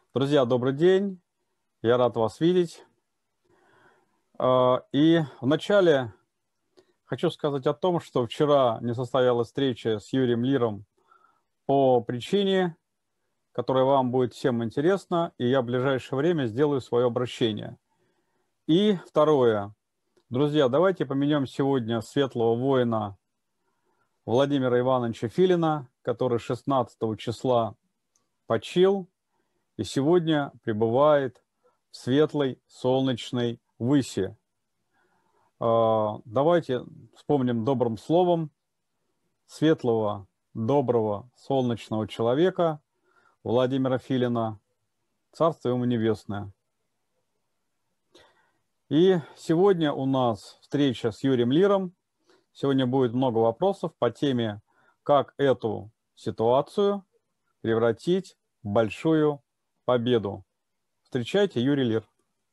Друзья, добрый день. Я рад вас видеть. И вначале хочу сказать о том, что вчера не состоялась встреча с Юрием Лиром по причине, которая вам будет всем интересна, и я в ближайшее время сделаю свое обращение. И второе. Друзья, давайте поменяем сегодня светлого воина Владимира Ивановича Филина, который 16 числа почил и сегодня пребывает в светлой солнечной выси. Давайте вспомним добрым словом светлого, доброго, солнечного человека Владимира Филина, царство ему небесное. И сегодня у нас встреча с Юрием Лиром. Сегодня будет много вопросов по теме, как эту ситуацию превратить в большую победу. Встречайте, Юрий Лир.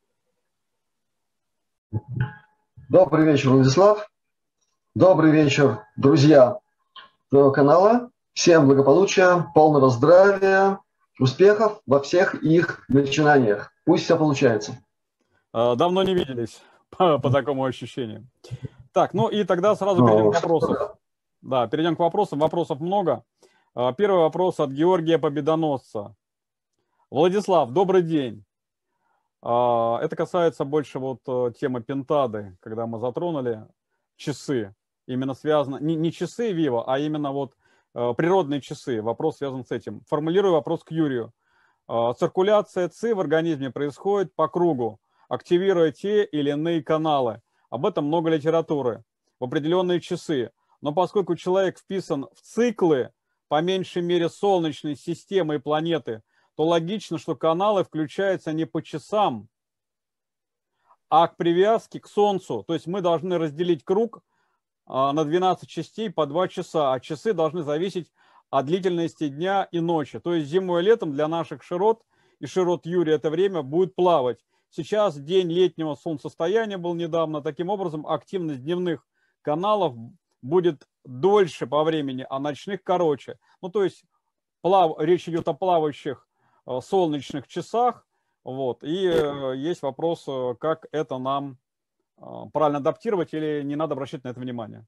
Добрый вечер, Владислав. Добрый вечер, друзья твоего канала. Всем благополучия, полного здравия, успехов во всех их начинаниях. Пусть все получается. Давно не виделись по такому ощущению. Так, ну и тогда сразу перейдем к вопросам. Да, перейдем к вопросам. Вопросов много. Первый вопрос от Георгия Победоносца. Владислав, добрый день. Это касается больше вот темы пентады, когда мы затронули часы. Именно связано, не часы Vivo, а именно вот природные часы. Вопрос связан с этим. Формулирую вопрос к Юрию. Циркуляция ЦИ в организме происходит по кругу, активируя те или иные каналы. Об этом много литературы. В определенные часы. Но поскольку человек вписан в циклы, по меньшей мере, Солнечной системы и планеты, то логично, что каналы включаются не по часам, а к привязке к Солнцу. То есть мы должны разделить круг на 12 частей по 2 часа, а часы должны зависеть от длительности дня и ночи. То есть зимой и летом для наших широт и широт Юрия это время будет плавать. Сейчас день летнего солнцестояния был недавно. Таким образом, активность дневных каналов будет дольше по времени, а ночных короче. Ну, то есть речь идет о плавающих солнечных часах. Вот. И есть вопрос, как это нам правильно адаптировать или не надо обращать на это внимание.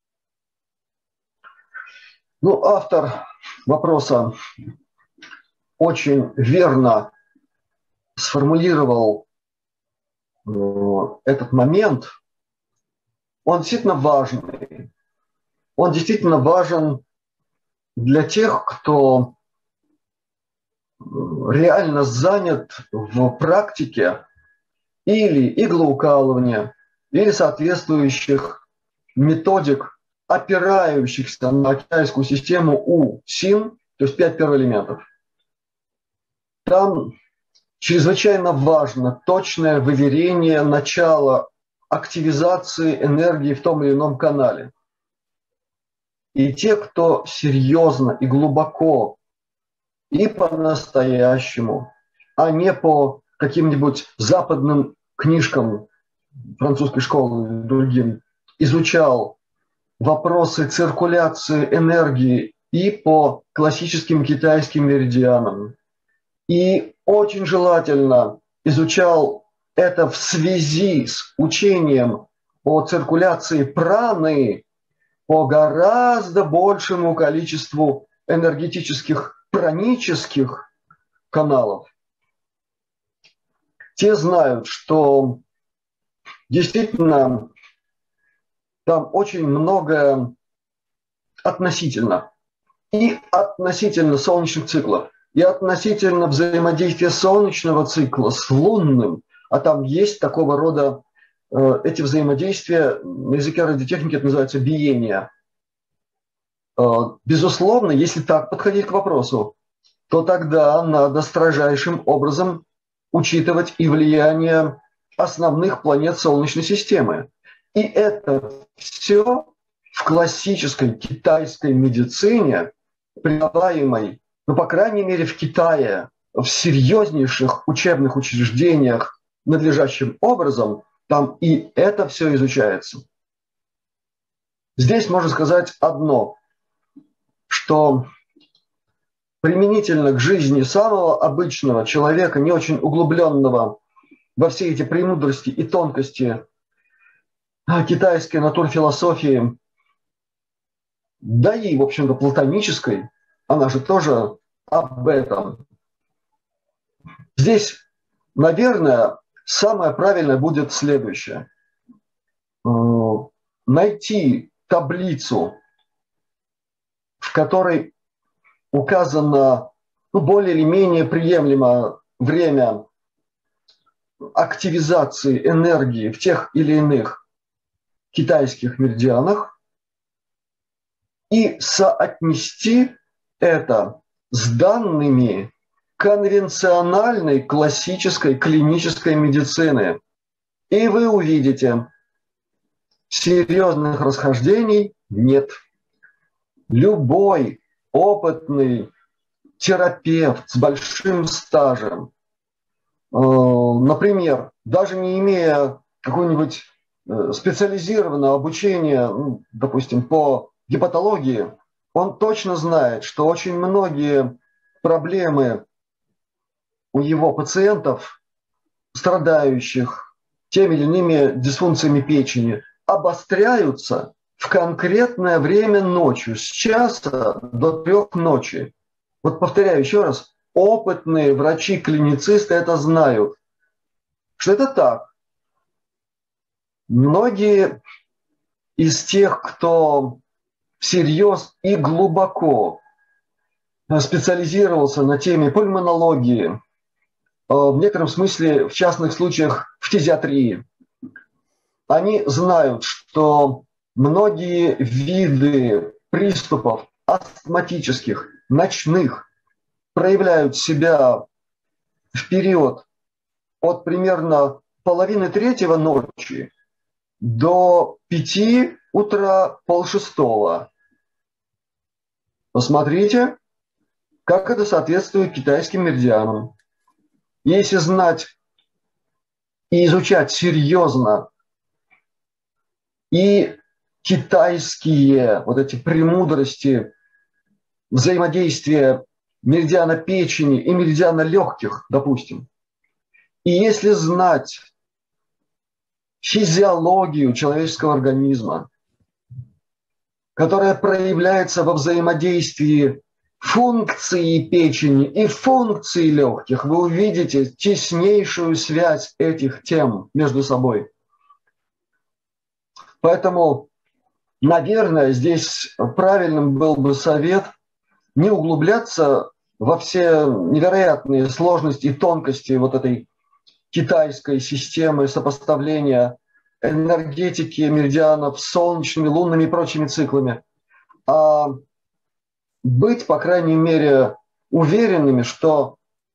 Ну, автор вопроса очень верно сформулировал этот момент. Он действительно важный. Он действительно важен для тех, кто реально занят в практике или иглоукалывания, или соответствующих методик, опирающихся на китайскую систему У-СИН, то есть 5 первоэлементов. Там чрезвычайно важно точное выверение начала активизации энергии в том или ином канале. И те, кто серьезно и глубоко и по-настоящему, а не по каким-нибудь западным книжкам французской школы и другим, изучал вопросы циркуляции энергии и по классическим китайским меридианам. И очень желательно изучал это в связи с учением о циркуляции праны по гораздо большему количеству энергетических пранических каналов. Те знают, что действительно там очень многое относительно. И относительно солнечных циклов, и относительно взаимодействия солнечного цикла с лунным. А там есть такого рода эти взаимодействия, на языке радиотехники это называется биение. Безусловно, если так подходить к вопросу, то тогда надо строжайшим образом учитывать и влияние основных планет Солнечной системы. И это все в классической китайской медицине, преподаваемой, ну, по крайней мере, в Китае, в серьезнейших учебных учреждениях надлежащим образом, там и это все изучается. Здесь можно сказать одно, что применительно к жизни самого обычного человека, не очень углубленного во все эти премудрости и тонкости китайской натурфилософии, да и, в общем-то, платонической, она же тоже об этом. Здесь, наверное, самое правильное будет следующее. Найти таблицу, в которой указано более или менее приемлемо время активизации энергии в тех или иных китайских меридианах и соотнести это с данными конвенциональной классической клинической медицины. И вы увидите, серьезных расхождений нет. Любой опытный терапевт с большим стажем, например, даже не имея какого-нибудь специализированного обучения, допустим, по гепатологии, он точно знает, что очень многие проблемы у его пациентов, страдающих теми или иными дисфункциями печени, обостряются в конкретное время ночью, с часа до 3 ночи. Вот повторяю еще раз, опытные врачи-клиницисты это знают, что это так. Многие из тех, кто всерьез и глубоко специализировался на теме пульмонологии, в некотором смысле, в частных случаях, в фтизиатрии, они знают, что многие виды приступов астматических, ночных, проявляют себя в период от примерно половины 3 ночи до 5 утра, 5:30. Посмотрите, как это соответствует китайским меридианам. Если знать и изучать серьезно и китайские вот эти премудрости взаимодействия меридиана печени и меридиана легких, допустим, и если знать физиологию человеческого организма, которая проявляется во взаимодействии функции печени и функции легких, вы увидите теснейшую связь этих тем между собой. Поэтому, наверное, здесь правильным был бы совет не углубляться во все невероятные сложности и тонкости вот этой китайской системы сопоставления энергетики меридианов с солнечными, лунными и прочими циклами, а быть, по крайней мере, уверенными, что,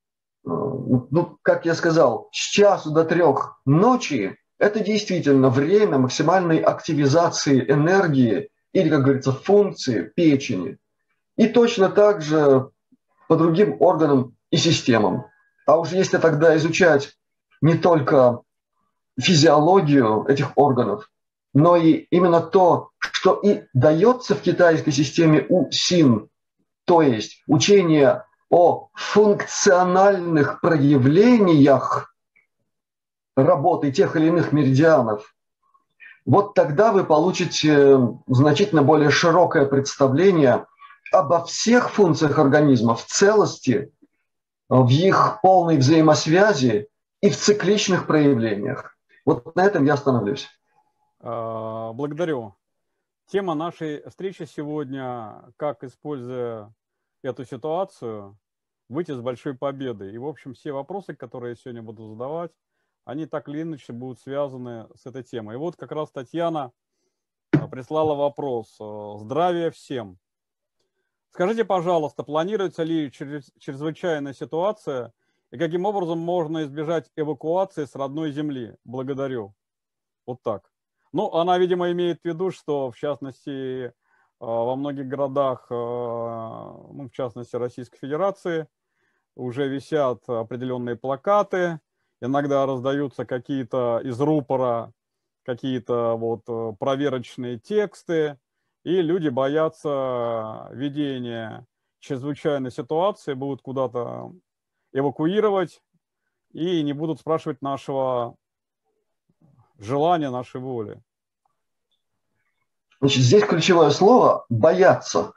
как я сказал, с часу до 3 ночи это действительно время максимальной активизации энергии или, как говорится, функции печени. И точно так же по другим органам и системам. А уж если тогда изучать не только физиологию этих органов, но и именно то, что и дается в китайской системе УСИН, то есть учение о функциональных проявлениях работы тех или иных меридианов, вот тогда вы получите значительно более широкое представление обо всех функциях организма в целости, в их полной взаимосвязи и в цикличных проявлениях. Вот на этом я остановлюсь. Благодарю. Тема нашей встречи сегодня, как, используя эту ситуацию, выйти с большой победой. И, в общем, все вопросы, которые я сегодня буду задавать, они так или иначе будут связаны с этой темой. И вот как раз Татьяна прислала вопрос. Здравия всем. Скажите, пожалуйста, планируется ли чрезвычайная ситуация и каким образом можно избежать эвакуации с родной земли? Благодарю. Вот так. Ну, она, видимо, имеет в виду, что, в частности, во многих городах, ну, в частности, Российской Федерации, уже висят определенные плакаты, иногда раздаются какие-то из рупора, какие-то вот проверочные тексты, и люди боятся ведения чрезвычайной ситуации будут куда-то эвакуировать и не будут спрашивать нашего желания, нашей воли. Значит, здесь ключевое слово «бояться».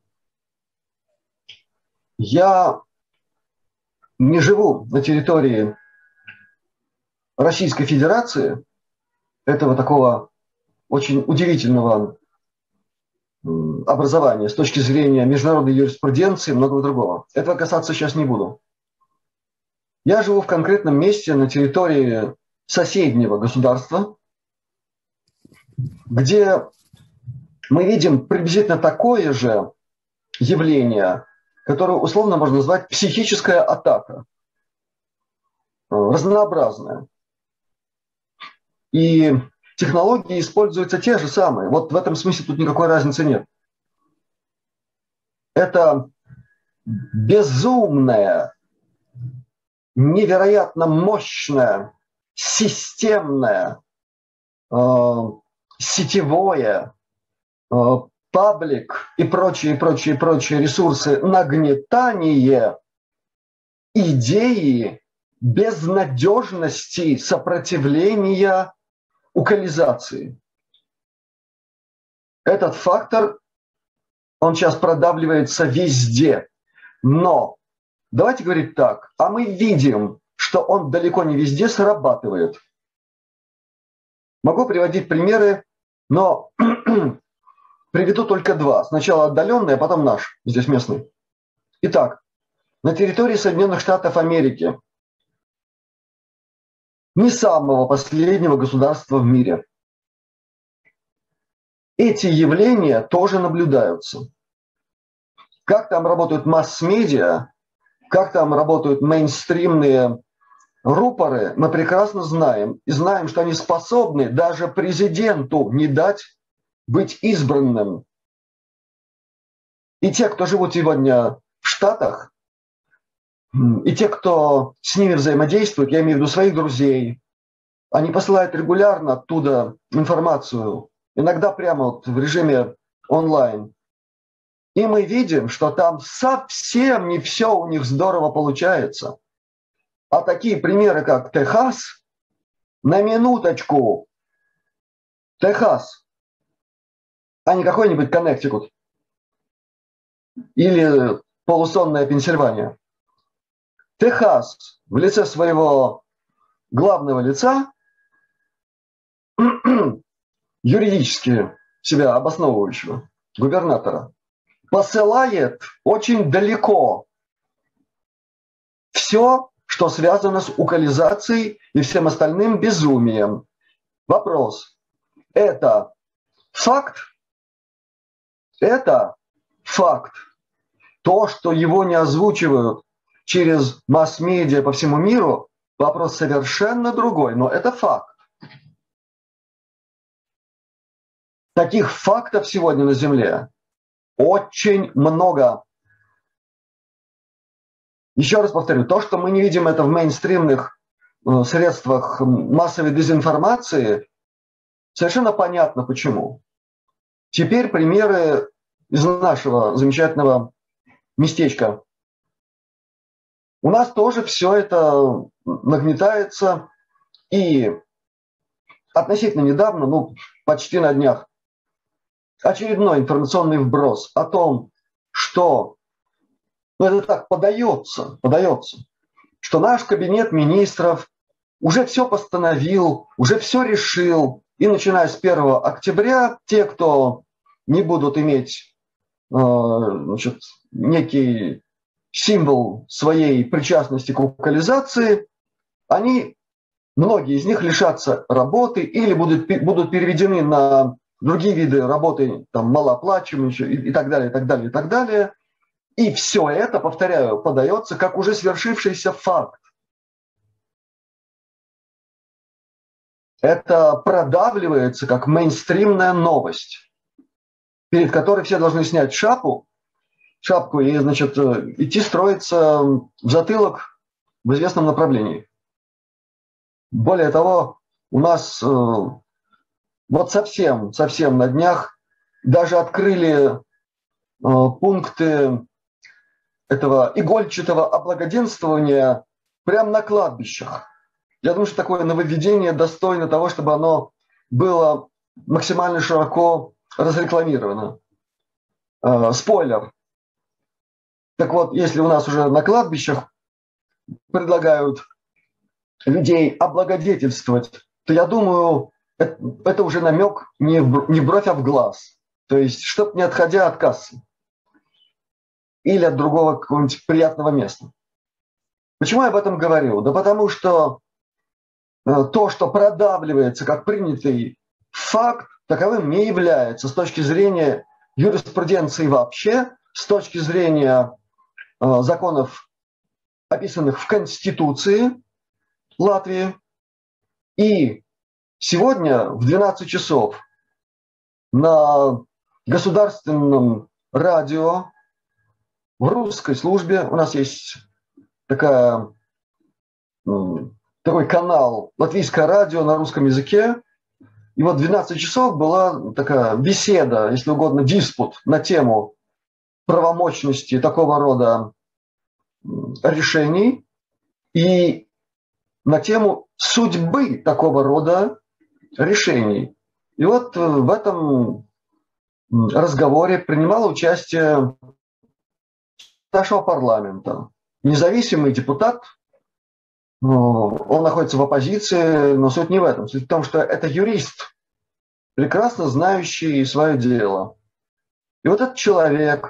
Я не живу на территории Российской Федерации, этого такого очень удивительного образования с точки зрения международной юриспруденции и многого другого. Этого касаться сейчас не буду. Я живу в конкретном месте на территории соседнего государства, где мы видим приблизительно такое же явление, которое условно можно назвать психическая атака, разнообразная. И технологии используются те же самые. Вот в этом смысле тут никакой разницы нет. Это безумная, невероятно мощная, системное, сетевое, паблик и прочие ресурсы нагнетание идеи безнадежности сопротивления укализации. Этот фактор, он сейчас продавливается везде. Но давайте говорить так, а мы видим, что он далеко не везде срабатывает. Могу приводить примеры, но приведу только два. Сначала отдаленный, а потом наш, здесь местный. Итак, на территории Соединенных Штатов Америки, не самого последнего государства в мире, эти явления тоже наблюдаются. Как там работают масс-медиа, как там работают мейнстримные рупоры, мы прекрасно знаем. И знаем, что они способны даже президенту не дать быть избранным. И те, кто живут сегодня в Штатах, и те, кто с ними взаимодействует, я имею в виду своих друзей, они посылают регулярно оттуда информацию, иногда прямо вот в режиме онлайн. И мы видим, что там совсем не все у них здорово получается. А такие примеры, как Техас, на минуточку, Техас, а не какой-нибудь Коннектикут или полусонная Пенсильвания. Техас в лице своего главного лица, юридически себя обосновывающего, губернатора, посылает очень далеко все, что связано с укализацией и всем остальным безумием. Вопрос. Это факт? Это факт. То, что его не озвучивают через масс-медиа по всему миру, вопрос совершенно другой, но это факт. Таких фактов сегодня на Земле очень много. Еще раз повторю, то, что мы не видим это в мейнстримных средствах массовой дезинформации, совершенно понятно почему. Теперь примеры из нашего замечательного местечка. У нас тоже все это нагнетается, и относительно недавно, почти на днях, очередной информационный вброс о том, что, это так подается, что наш кабинет министров уже все постановил, уже все решил, и начиная с 1 октября те, кто не будут иметь некий символ своей причастности к укализации, многие из них лишатся работы или будут переведены на другие виды работы, там, малооплачиваемые и так далее, и так далее, и так далее. И все это, повторяю, подается как уже свершившийся факт. Это продавливается как мейнстримная новость, перед которой все должны снять шапку и, идти строиться в затылок в известном направлении. Более того, у нас вот совсем на днях даже открыли пункты этого игольчатого облагоденствования прямо на кладбищах. Я думаю, что такое нововведение достойно того, чтобы оно было максимально широко разрекламировано. Спойлер. Так вот, если у нас уже на кладбищах предлагают людей облагодетельствовать, то я думаю, это уже намек не в бровь, а в глаз. То есть, чтоб не отходя от кассы или от другого какого-нибудь приятного места. Почему я об этом говорю? Да потому что то, что продавливается как принятый факт, таковым не является с точки зрения юриспруденции вообще, с точки зрения законов, описанных в Конституции Латвии. И сегодня в 12 часов на государственном радио в русской службе у нас есть такой канал «Латвийское радио» на русском языке. И вот в 12 часов была такая беседа, если угодно, диспут на тему правомочности такого рода решений и на тему судьбы такого рода решений. И вот в этом разговоре принимало участие нашего парламента независимый депутат. Он находится в оппозиции, но суть не в этом. Суть в том, что это юрист, прекрасно знающий свое дело. И вот этот человек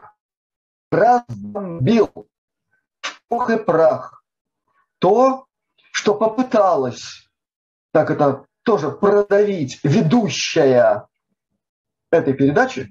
разбомбил в пух и прах то, что попыталась, так это тоже продавить ведущая этой передачи.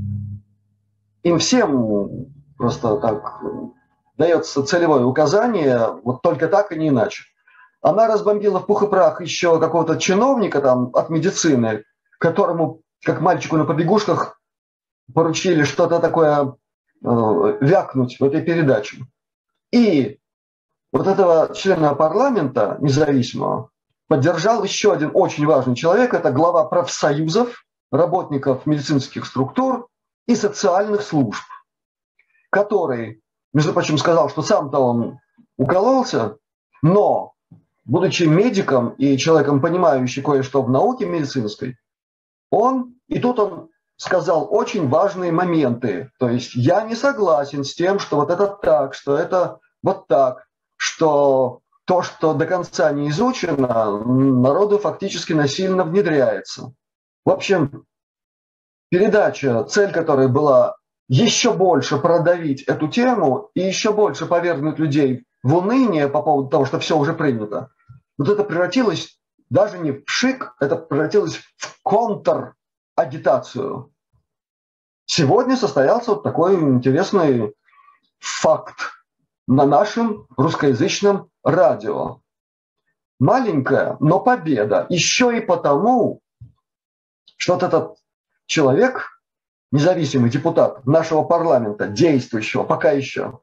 Им всем просто так дается целевое указание, вот только так и не иначе. Она разбомбила в пух и прах еще какого-то чиновника там от медицины, которому, как мальчику на побегушках, поручили что-то такое вякнуть в этой передаче. И вот этого члена парламента независимого поддержал еще один очень важный человек, это глава профсоюзов, работников медицинских структур и социальных служб, который, между прочим, сказал, что сам-то он укололся, но, будучи медиком и человеком, понимающим кое-что в науке медицинской, он сказал очень важные моменты. То есть я не согласен с тем, что вот это так, что это вот так, что то, что до конца не изучено, народу фактически насильно внедряется. В общем, передача, цель которой была еще больше продавить эту тему и еще больше повергнуть людей в уныние по поводу того, что все уже принято, вот это превратилось даже не в пшик, это превратилось в контр-агитацию. Сегодня состоялся вот такой интересный факт на нашем русскоязычном радио. Маленькая, но победа. Еще и потому, что вот этот человек, независимый депутат нашего парламента, действующего пока еще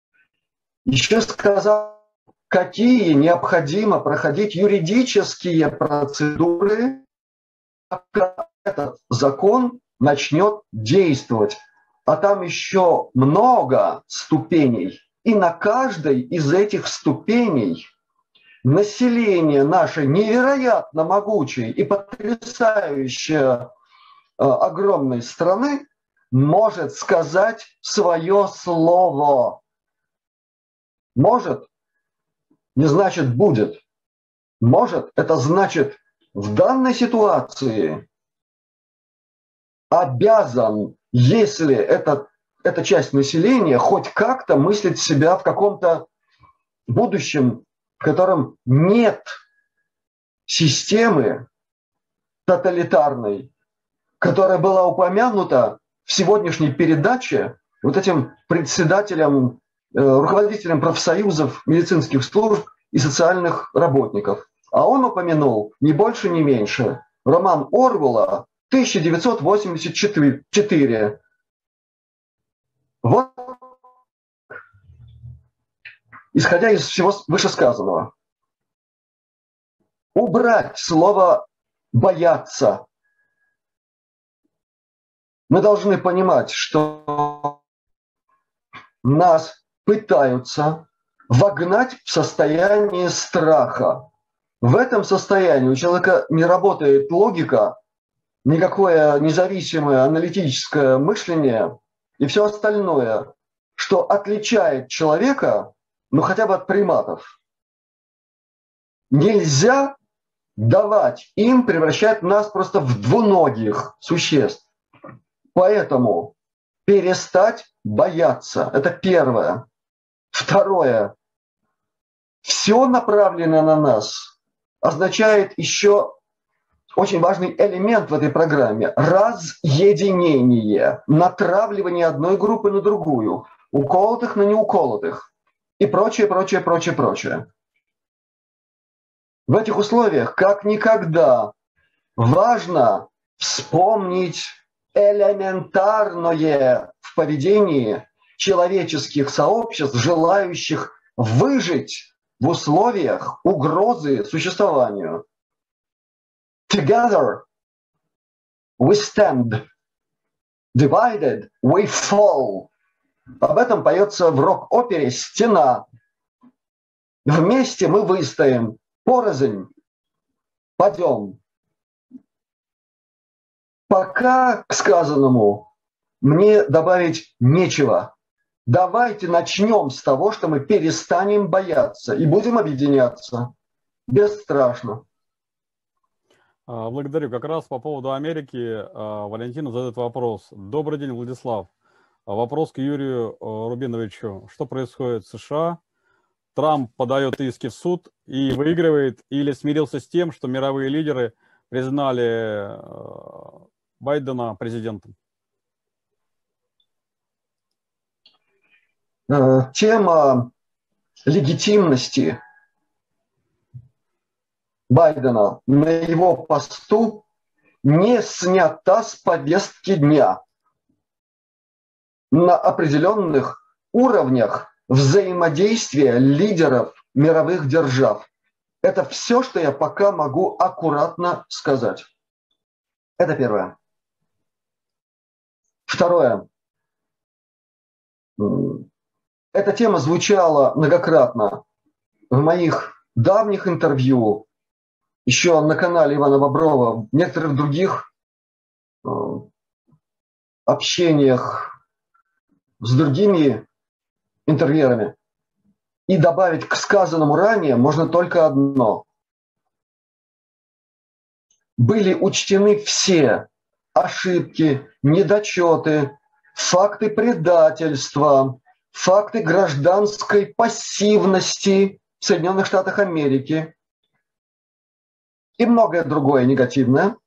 сказал, какие необходимо проходить юридические процедуры, пока этот закон начнет действовать. А там еще много ступеней. И на каждой из этих ступеней население нашей невероятно могучей и потрясающе огромной страны может сказать свое слово. Может, не значит будет. Может, это значит в данной ситуации обязан, если эта часть населения хоть как-то мыслит себя в каком-то будущем, в котором нет системы тоталитарной, которая была упомянута в сегодняшней передаче вот этим председателем, руководителем профсоюзов медицинских служб и социальных работников. А он упомянул не больше, не меньше роман Орвелла 1984. Вот, исходя из всего вышесказанного, убрать слово «бояться». Мы должны понимать, что нас пытаются вогнать в состояние страха. В этом состоянии у человека не работает логика, никакое независимое аналитическое мышление и все остальное, что отличает человека, ну хотя бы от приматов. Нельзя давать им превращать нас просто в двуногих существ. Поэтому перестать бояться. Это первое. Второе. Все направленное на нас означает еще очень важный элемент в этой программе – разъединение, натравливание одной группы на другую, уколотых на неуколотых и прочее, прочее, прочее, прочее. В этих условиях, как никогда, важно вспомнить элементарное в поведении человеческих сообществ, желающих выжить в условиях угрозы существованию. Together we stand, divided we fall. Об этом поется в рок-опере «Стена». Вместе мы выстоим, порознь падем. Пока к сказанному мне добавить нечего. Давайте начнем с того, что мы перестанем бояться и будем объединяться. Бесстрашно. Благодарю. Как раз по поводу Америки Валентина задает вопрос. Добрый день, Владислав. Вопрос к Юрию Рубиновичу. Что происходит в США? Трамп подает иски в суд и выигрывает или смирился с тем, что мировые лидеры признали Байдена президентом? Тема легитимности Байдена на его посту не снята с повестки дня. На определенных уровнях взаимодействия лидеров мировых держав. Это все, что я пока могу аккуратно сказать. Это первое. Второе. Эта тема звучала многократно в моих давних интервью, еще на канале Ивана Боброва, в некоторых других общениях с другими интервьюерами. И добавить к сказанному ранее можно только одно. Были учтены все ошибки, недочеты, факты предательства, факты гражданской пассивности в Соединенных Штатах Америки и многое другое негативное.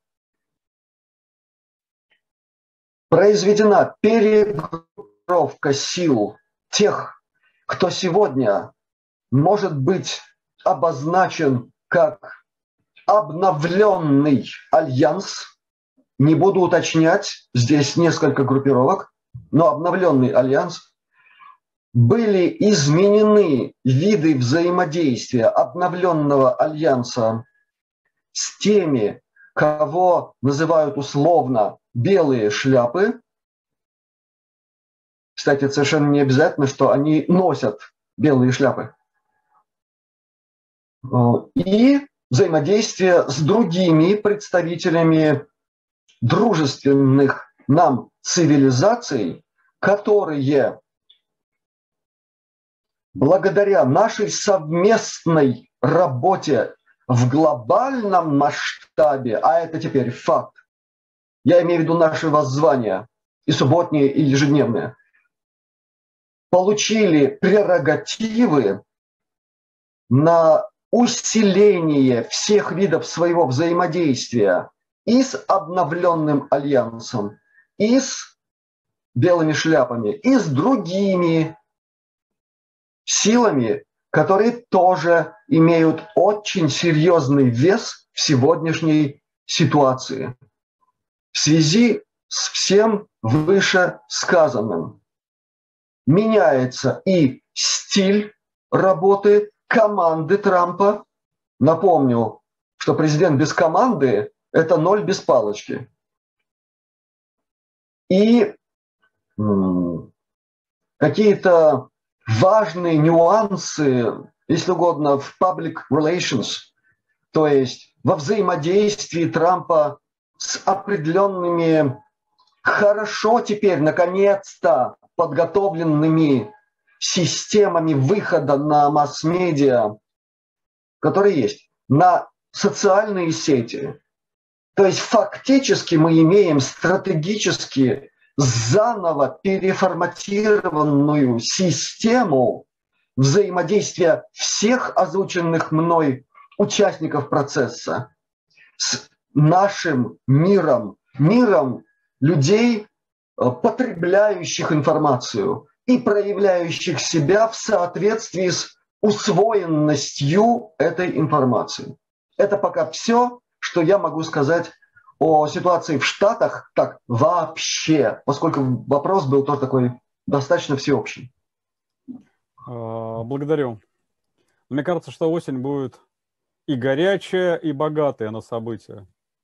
Произведена перегруппировка сил тех, кто сегодня может быть обозначен как обновленный альянс. Не буду уточнять, здесь несколько группировок, но обновленный альянс. Были изменены виды взаимодействия обновленного альянса с теми, кого называют условно белые шляпы. Кстати, совершенно не обязательно, что они носят белые шляпы. И взаимодействие с другими представителями дружественных нам цивилизаций, которые благодаря нашей совместной работе в глобальном масштабе, а это теперь факт, я имею в виду наши воззвания, и субботние, и ежедневные, получили прерогативы на усиление всех видов своего взаимодействия и с обновленным альянсом, и с белыми шляпами, и с другими силами, которые тоже имеют очень серьезный вес в сегодняшней ситуации. В связи с всем вышесказанным меняется и стиль работы команды Трампа. Напомню, что президент без команды – это ноль без палочки. И какие-то важные нюансы, если угодно, в public relations, то есть во взаимодействии Трампа с определенными, хорошо теперь, наконец-то, подготовленными системами выхода на масс-медиа, которые есть, на социальные сети. То есть фактически мы имеем стратегически заново переформатированную систему взаимодействия всех озвученных мной участников процесса с нашим миром, миром людей, потребляющих информацию и проявляющих себя в соответствии с усвоенностью этой информации. Это пока все, что я могу сказать о ситуации в Штатах так вообще, поскольку вопрос был тоже такой достаточно всеобщий. Благодарю. Мне кажется, что осень будет и горячая, и богатая на события.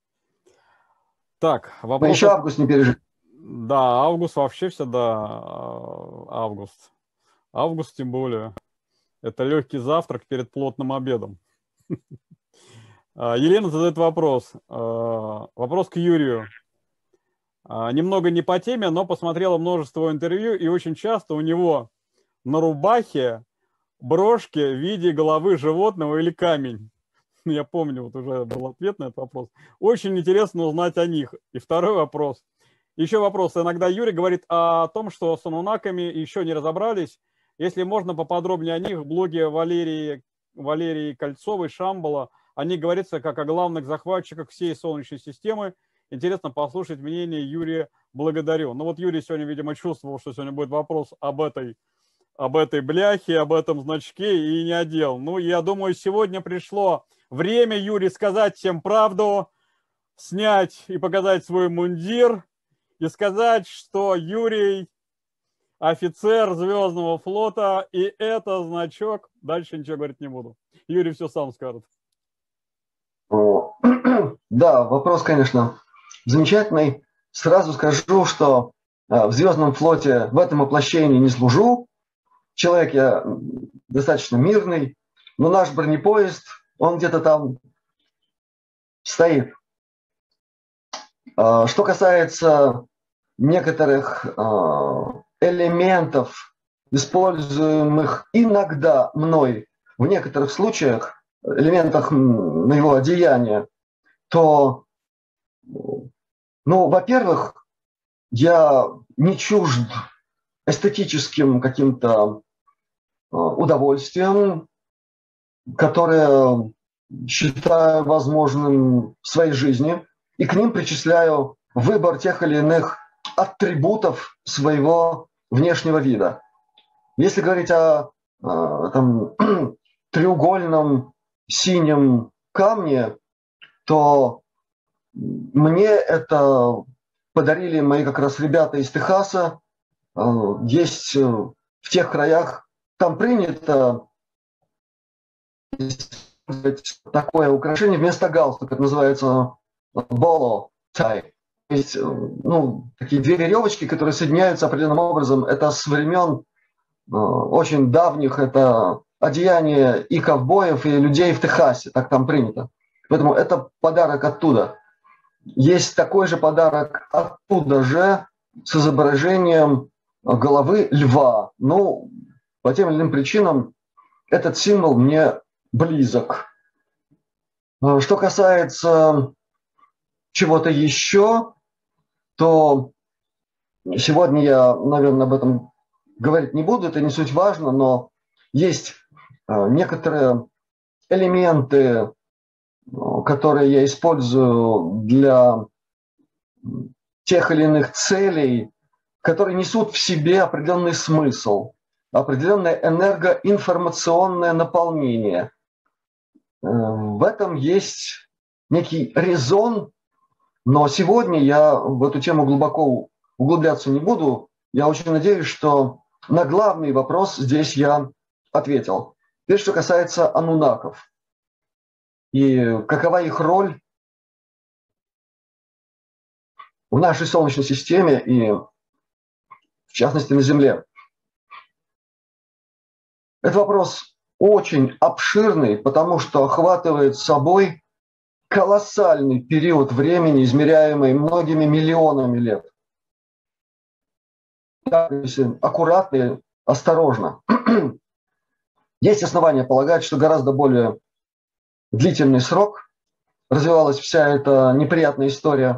Так, вопрос... Мы еще август не пережили. Да, август вообще всегда август. Август тем более. Это легкий завтрак перед плотным обедом. Елена задает вопрос. Вопрос к Юрию. Немного не по теме, но посмотрела множество интервью, и очень часто у него на рубахе брошки в виде головы животного или камень. Я помню, вот уже был ответ на этот вопрос. Очень интересно узнать о них. И второй вопрос. Еще вопрос. Иногда Юрий говорит о том, что с ануннаками еще не разобрались. Если можно поподробнее о них, в блоге Валерии Кольцовой, Шамбала, о них говорится как о главных захватчиках всей Солнечной системы. Интересно послушать мнение Юрия. Благодарю. Ну вот Юрий сегодня, видимо, чувствовал, что сегодня будет вопрос об этой бляхе, об этом значке, и не одел. Ну, я думаю, сегодня пришло время, Юрий, сказать всем правду, снять и показать свой мундир, и сказать, что Юрий офицер Звездного флота, и это значок. Дальше ничего говорить не буду. Юрий все сам скажет. Да, вопрос, конечно, замечательный. Сразу скажу, что в Звездном флоте в этом воплощении не служу. Человек я достаточно мирный, но наш бронепоезд, он где-то там стоит. Что касается некоторых элементов, используемых иногда мной в некоторых случаях, элементах моего одеяния, то, ну, во-первых, я не чужд эстетическим каким-то удовольствием, которое считаю возможным в своей жизни, и к ним причисляю выбор тех или иных атрибутов своего внешнего вида. Если говорить о там, треугольном синем камне, то мне это подарили мои как раз ребята из Техаса. Есть в тех краях, там принято такое украшение вместо галстука, это называется bolo tie. Есть такие две веревочки, которые соединяются определенным образом. Это с времен очень давних, это одеяние и ковбоев, и людей в Техасе, так там принято. Поэтому это подарок оттуда. Есть такой же подарок оттуда же с изображением головы льва. Ну, по тем или иным причинам этот символ мне близок. Что касается чего-то еще, то сегодня я, наверное, об этом говорить не буду, это не суть важно, но есть некоторые элементы, которые я использую для тех или иных целей, которые несут в себе определенный смысл, определенное энергоинформационное наполнение. В этом есть некий резон, но сегодня я в эту тему глубоко углубляться не буду. Я очень надеюсь, что на главный вопрос здесь я ответил. Теперь, что касается ануннаков и какова их роль в нашей Солнечной системе и, в частности, на Земле. Это вопрос очень обширный, потому что охватывает собой колоссальный период времени, измеряемый многими миллионами лет. Если аккуратно и осторожно. Есть основания полагать, что гораздо более длительный срок развивалась вся эта неприятная история,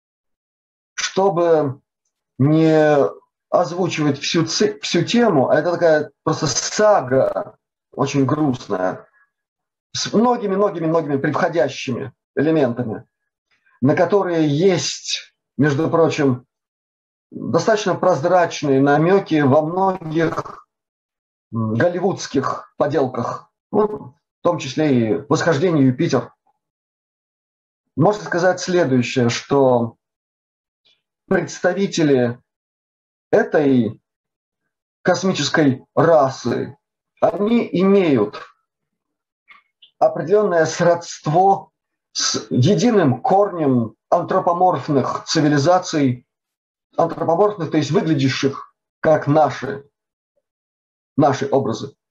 чтобы не озвучивать всю тему, а это такая просто сага очень грустная, с многими-многими-многими предвходящими элементами, на которые есть, между прочим, достаточно прозрачные намеки во многих голливудских поделках, ну, в том числе и «Восхождение Юпитер». Можно сказать следующее, что представители этой космической расы, они имеют определенное сродство с единым корнем антропоморфных цивилизаций, антропоморфных, то есть выглядящих как наши образы,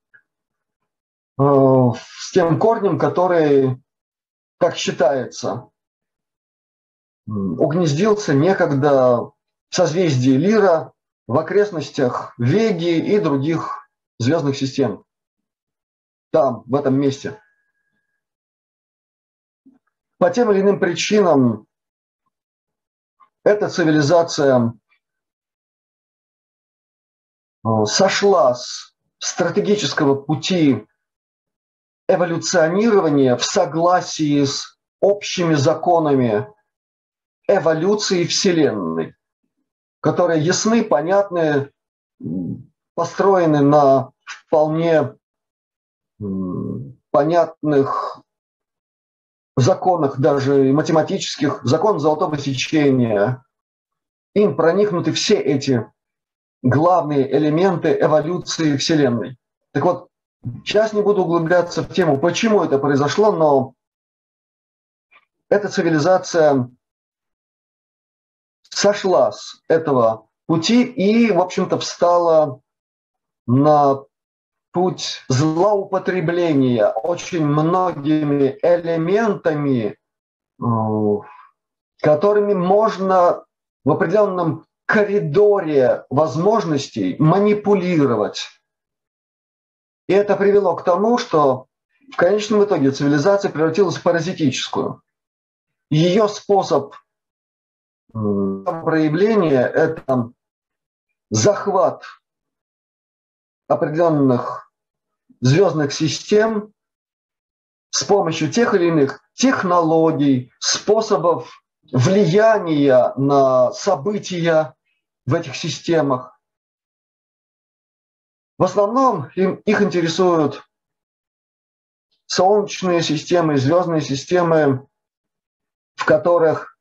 с тем корнем, который, как считается, угнездился некогда в созвездии Лира, в окрестностях Веги и других звездных систем. Там, в этом месте. По тем или иным причинам эта цивилизация сошла с стратегического пути эволюционирования в согласии с общими законами эволюции Вселенной, которые ясны, понятны, построены на вполне понятных законах, даже математических, закон золотого сечения. Им проникнуты все эти главные элементы эволюции Вселенной. Так вот, сейчас не буду углубляться в тему, почему это произошло, но эта цивилизация сошла с этого пути и, в общем-то, встала на путь злоупотребления очень многими элементами, которыми можно в определенном коридоре возможностей манипулировать. И это привело к тому, что в конечном итоге цивилизация превратилась в паразитическую. Ее способ проявления – это захват определенных звездных систем с помощью тех или иных технологий, способов влияния на события в этих системах. В основном их интересуют солнечные системы, звездные системы, в которых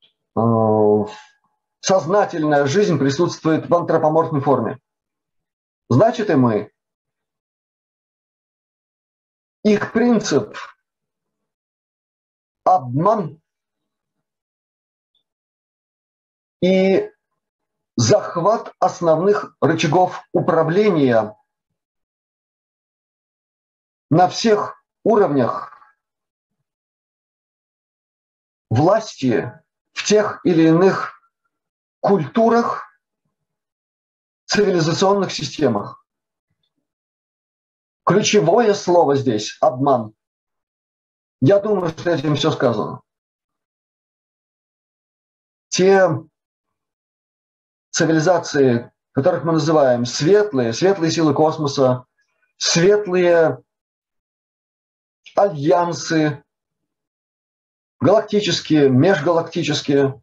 сознательная жизнь присутствует в антропоморфной форме. Значит, и мы. Их принцип – обман и захват основных рычагов управления на всех уровнях власти в тех или иных культурах, цивилизационных системах. Ключевое слово здесь – обман. Я думаю, что этим все сказано. Те цивилизации, которых мы называем светлые силы космоса, светлые альянсы, галактические, межгалактические,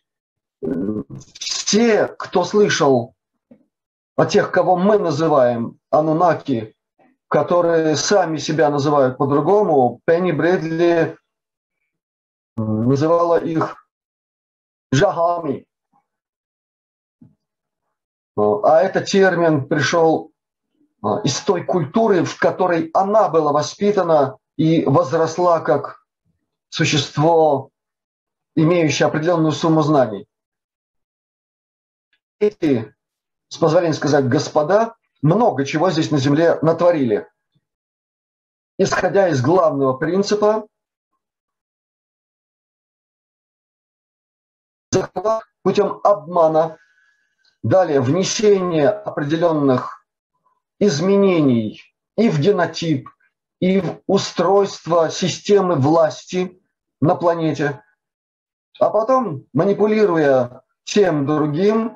все, кто слышал о тех, кого мы называем анунаки, которые сами себя называют по-другому, Пенни Брэдли называла их жагами. А этот термин пришел из той культуры, в которой она была воспитана и возросла как существо, имеющее определенную сумму знаний. Эти, с позволения сказать, господа, много чего здесь на Земле натворили. Исходя из главного принципа захват путем обмана, далее внесение определенных изменений и в генотип, и в устройство системы власти на планете, а потом, манипулируя тем другим,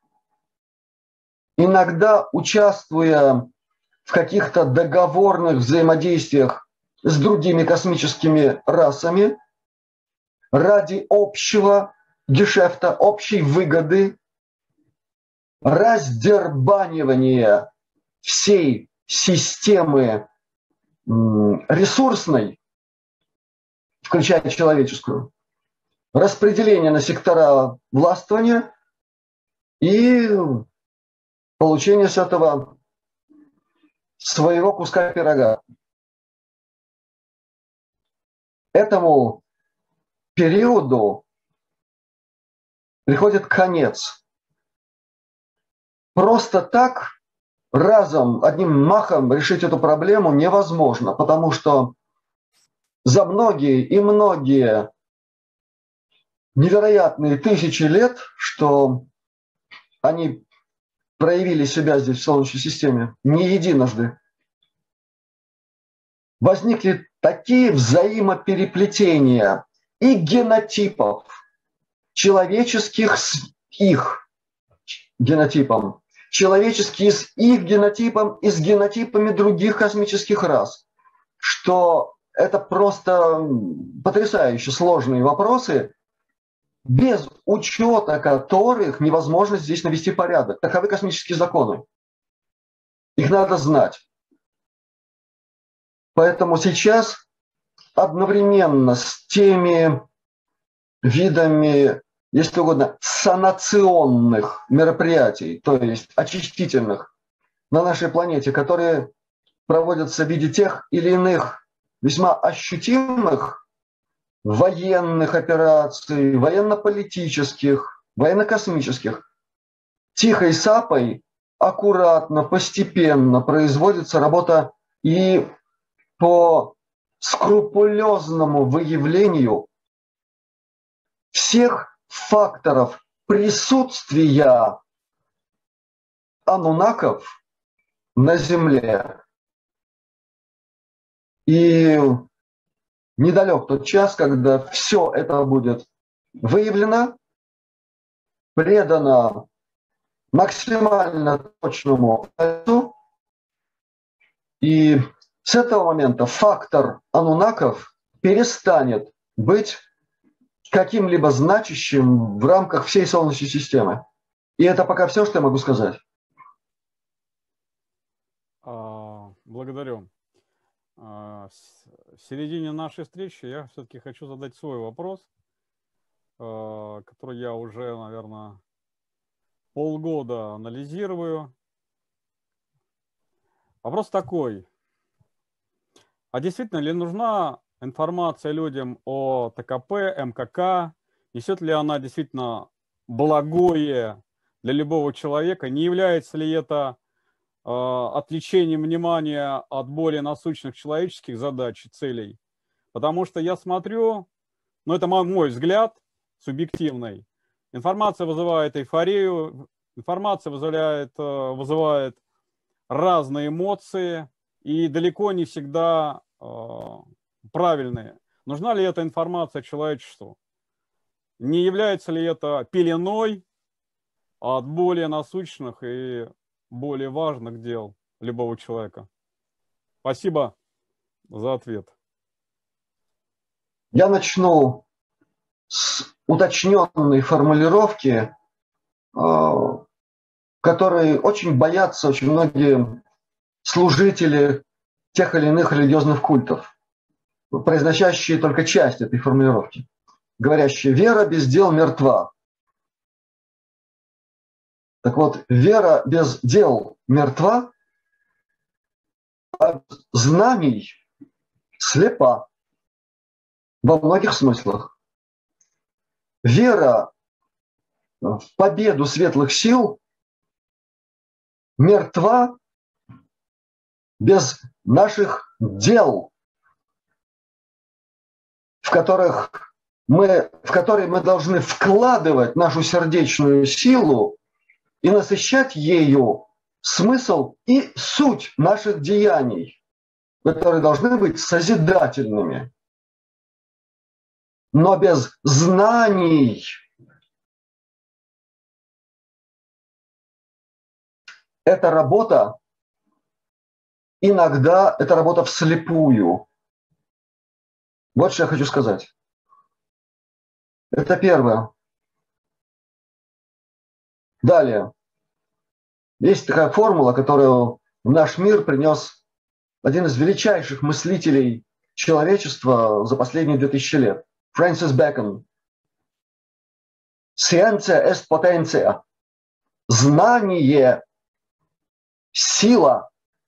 иногда участвуя в каких-то договорных взаимодействиях с другими космическими расами ради общего гешефта, общей выгоды, раздербанивания всей системы ресурсной, включая человеческую, распределение на сектора властвования и получение с этого своего куска пирога. Этому периоду приходит конец. Просто так разом, одним махом решить эту проблему невозможно, потому что за многие и многие невероятные тысячи лет, что они проявили себя здесь в Солнечной системе, не единожды, возникли такие взаимопереплетения и генотипов человеческих с их генотипом, человеческие с их генотипом и с генотипами других космических рас, что это просто потрясающе сложные вопросы, без учета которых невозможно здесь навести порядок. Таковы космические законы. Их надо знать. Поэтому сейчас одновременно с теми видами, если угодно, санационных мероприятий, то есть очистительных на нашей планете, которые проводятся в виде тех или иных весьма ощутимых военных операций, военно-политических, военно-космических, тихой сапой, аккуратно, постепенно производится работа и по скрупулезному выявлению всех факторов присутствия ануннаков на Земле. И недалек тот час, когда все это будет выявлено, предано максимально точному анализу, и с этого момента фактор ануннаков перестанет быть каким-либо значащим в рамках всей Солнечной системы. И это пока все, что я могу сказать. Благодарю. В середине нашей встречи я все-таки хочу задать свой вопрос, который я уже, наверное, полгода анализирую. Вопрос такой. А действительно ли нужна информация людям о ТКП, МКК? Несет ли она действительно благое для любого человека? Не является ли это отвлечением внимания от более насущных человеческих задач и целей? Потому что я смотрю, ну это мой взгляд субъективный, информация вызывает эйфорию, информация вызывает разные эмоции и далеко не всегда правильные. Нужна ли эта информация человечеству? Не является ли это пеленой от более насущных и более важных дел любого человека? Спасибо за ответ. Я начну с уточненной формулировки, которой очень боятся очень многие служители тех или иных религиозных культов, произносящие только часть этой формулировки, говорящие: вера без дел мертва. Так вот, вера без дел мертва, а знаний слепа во многих смыслах. Вера в победу светлых сил мертва без наших дел, в которые мы должны вкладывать нашу сердечную силу и насыщать ею смысл и суть наших деяний, которые должны быть созидательными. Но без знаний эта работа, иногда это работа вслепую. Вот что я хочу сказать. Это первое. Далее. Есть такая формула, которую в наш мир принес один из величайших мыслителей человечества за последние 2000 лет. Фрэнсис Бэкон. Scientia est potentia. Знание – сила.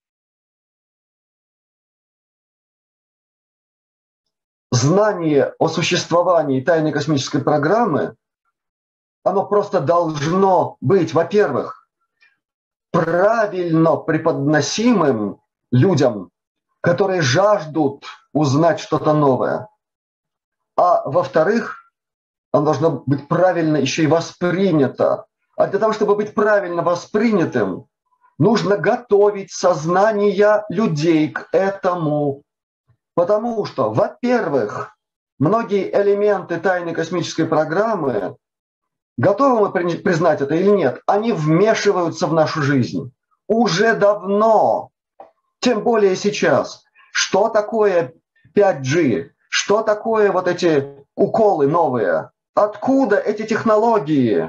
Знание о существовании тайной космической программы, оно просто должно быть, во-первых, правильно преподносимым людям, которые жаждут узнать что-то новое. А во-вторых, оно должно быть правильно еще и воспринято. А для того, чтобы быть правильно воспринятым, нужно готовить сознание людей к этому. Потому что, во-первых, многие элементы тайной космической программы, готовы мы признать это или нет, они вмешиваются в нашу жизнь уже давно, тем более сейчас. Что такое 5G? Что такое вот эти уколы новые? Откуда эти технологии?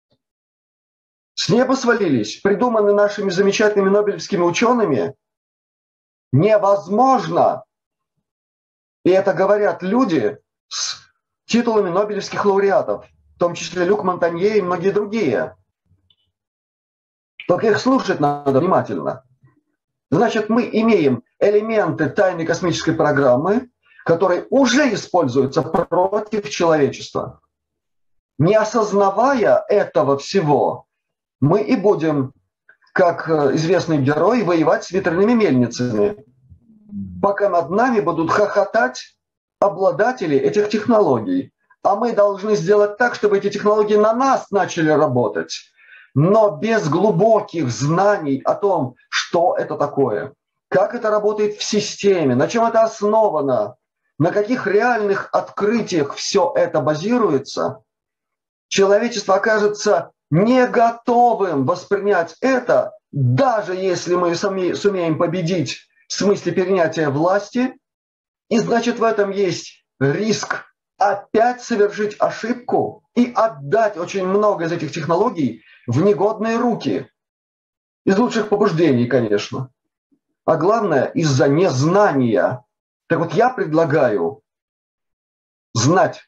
С неба свалились, придуманы нашими замечательными нобелевскими учеными? Невозможно! И это говорят люди с титулами нобелевских лауреатов, в том числе Люк Монтанье и многие другие. Только их слушать надо внимательно. Значит, мы имеем элементы тайной космической программы, которые уже используются против человечества. Не осознавая этого всего, мы и будем, как известный герой, воевать с ветряными мельницами, пока над нами будут хохотать обладатели этих технологий. А мы должны сделать так, чтобы эти технологии на нас начали работать, но без глубоких знаний о том, что это такое, как это работает в системе, на чем это основано, на каких реальных открытиях все это базируется, человечество окажется не готовым воспринять это, даже если мы сумеем победить в смысле перенятия власти, и значит в этом есть риск опять совершить ошибку и отдать очень много из этих технологий в негодные руки. Из лучших побуждений, конечно. А главное, из-за незнания. Так вот, я предлагаю знать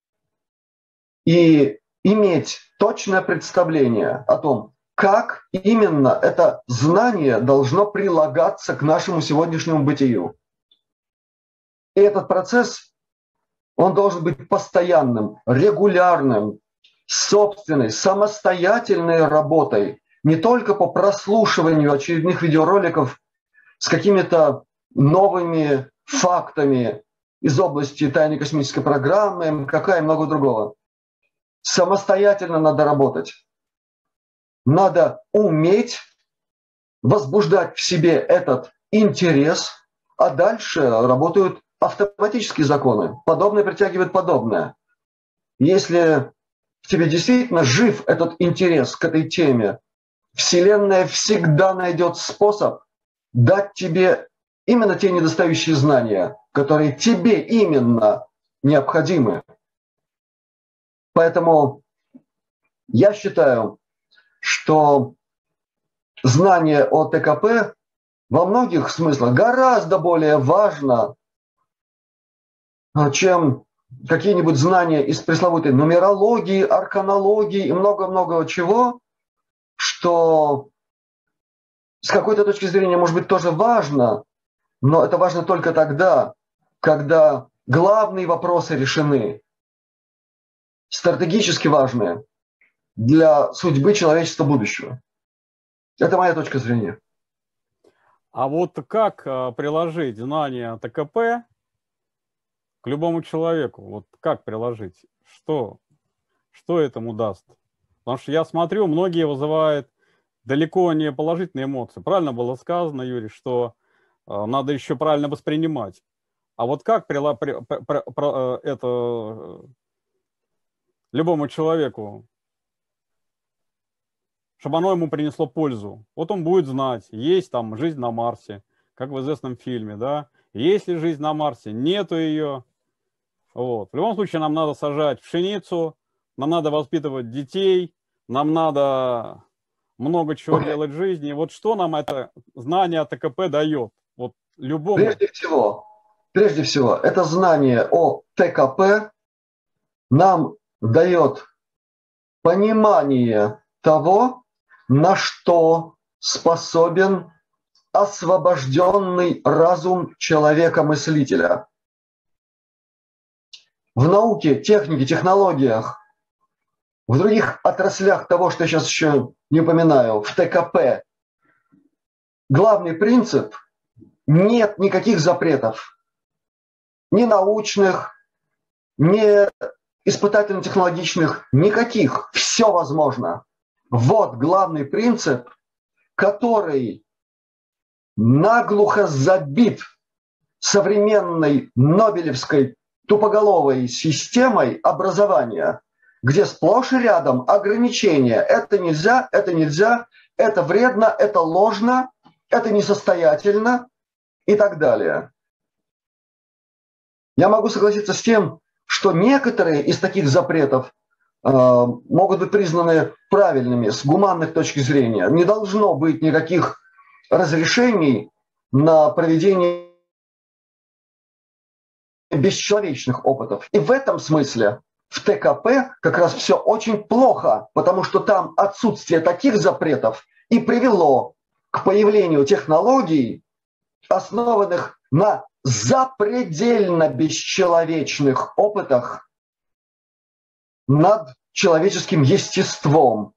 и иметь точное представление о том, как именно это знание должно прилагаться к нашему сегодняшнему бытию. И этот процесс, он должен быть постоянным, регулярным, собственной, самостоятельной работой, не только по прослушиванию очередных видеороликов с какими-то новыми фактами из области тайной космической программы, МКК и много другого. Самостоятельно надо работать. Надо уметь возбуждать в себе этот интерес, а дальше работают автоматические законы. Подобное притягивает подобное. Если в тебе действительно жив этот интерес к этой теме, Вселенная всегда найдет способ дать тебе именно те недостающие знания, которые тебе именно необходимы. Поэтому я считаю, что знание о ТКП во многих смыслах гораздо более важно, чем какие-нибудь знания из пресловутой нумерологии, арканологии и много-много чего, что с какой-то точки зрения может быть тоже важно, но это важно только тогда, когда главные вопросы решены, стратегически важные для судьбы человечества будущего. Это моя точка зрения. А вот как приложить знания ТКП к любому человеку? Вот как приложить? Что этому даст? Потому что я смотрю, многие вызывают далеко не положительные эмоции. Правильно было сказано, Юрий, что надо еще правильно воспринимать. А вот как это любому человеку, чтобы оно ему принесло пользу? Вот он будет знать, есть там жизнь на Марсе, как в известном фильме, да? Есть ли жизнь на Марсе? Нету ее. Вот. В любом случае нам надо сажать пшеницу, нам надо воспитывать детей, нам надо много чего делать в жизни. Вот что нам это знание о ТКП дает? Вот любому. Прежде всего, это знание о ТКП нам дает понимание того, на что способен освобожденный разум человека-мыслителя. В науке, технике, технологиях, в других отраслях того, что я сейчас еще не упоминаю, в ТКП, главный принцип – нет никаких запретов, ни научных, ни испытательно-технологичных, никаких. Все возможно. Вот главный принцип, который наглухо забит современной нобелевской тупоголовой системой образования, где сплошь и рядом ограничения. Это нельзя, это вредно, это ложно, это несостоятельно и так далее. Я могу согласиться с тем, что некоторые из таких запретов могут быть признаны правильными с гуманной точки зрения. Не должно быть никаких разрешений на проведение бесчеловечных опытов. И в этом смысле в ТКП как раз все очень плохо, потому что там отсутствие таких запретов и привело к появлению технологий, основанных на запредельно бесчеловечных опытах над человеческим естеством.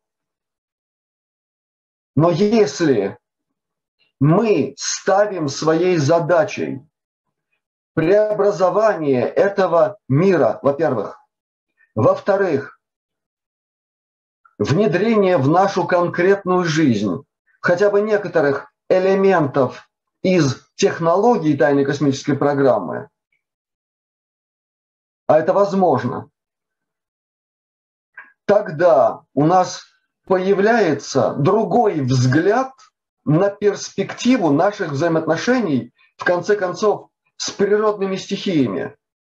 Но если мы ставим своей задачей преобразование этого мира, во-первых, во-вторых, внедрение в нашу конкретную жизнь хотя бы некоторых элементов из технологий тайной космической программы, а это возможно, тогда у нас появляется другой взгляд на перспективу наших взаимоотношений, в конце концов, с природными стихиями.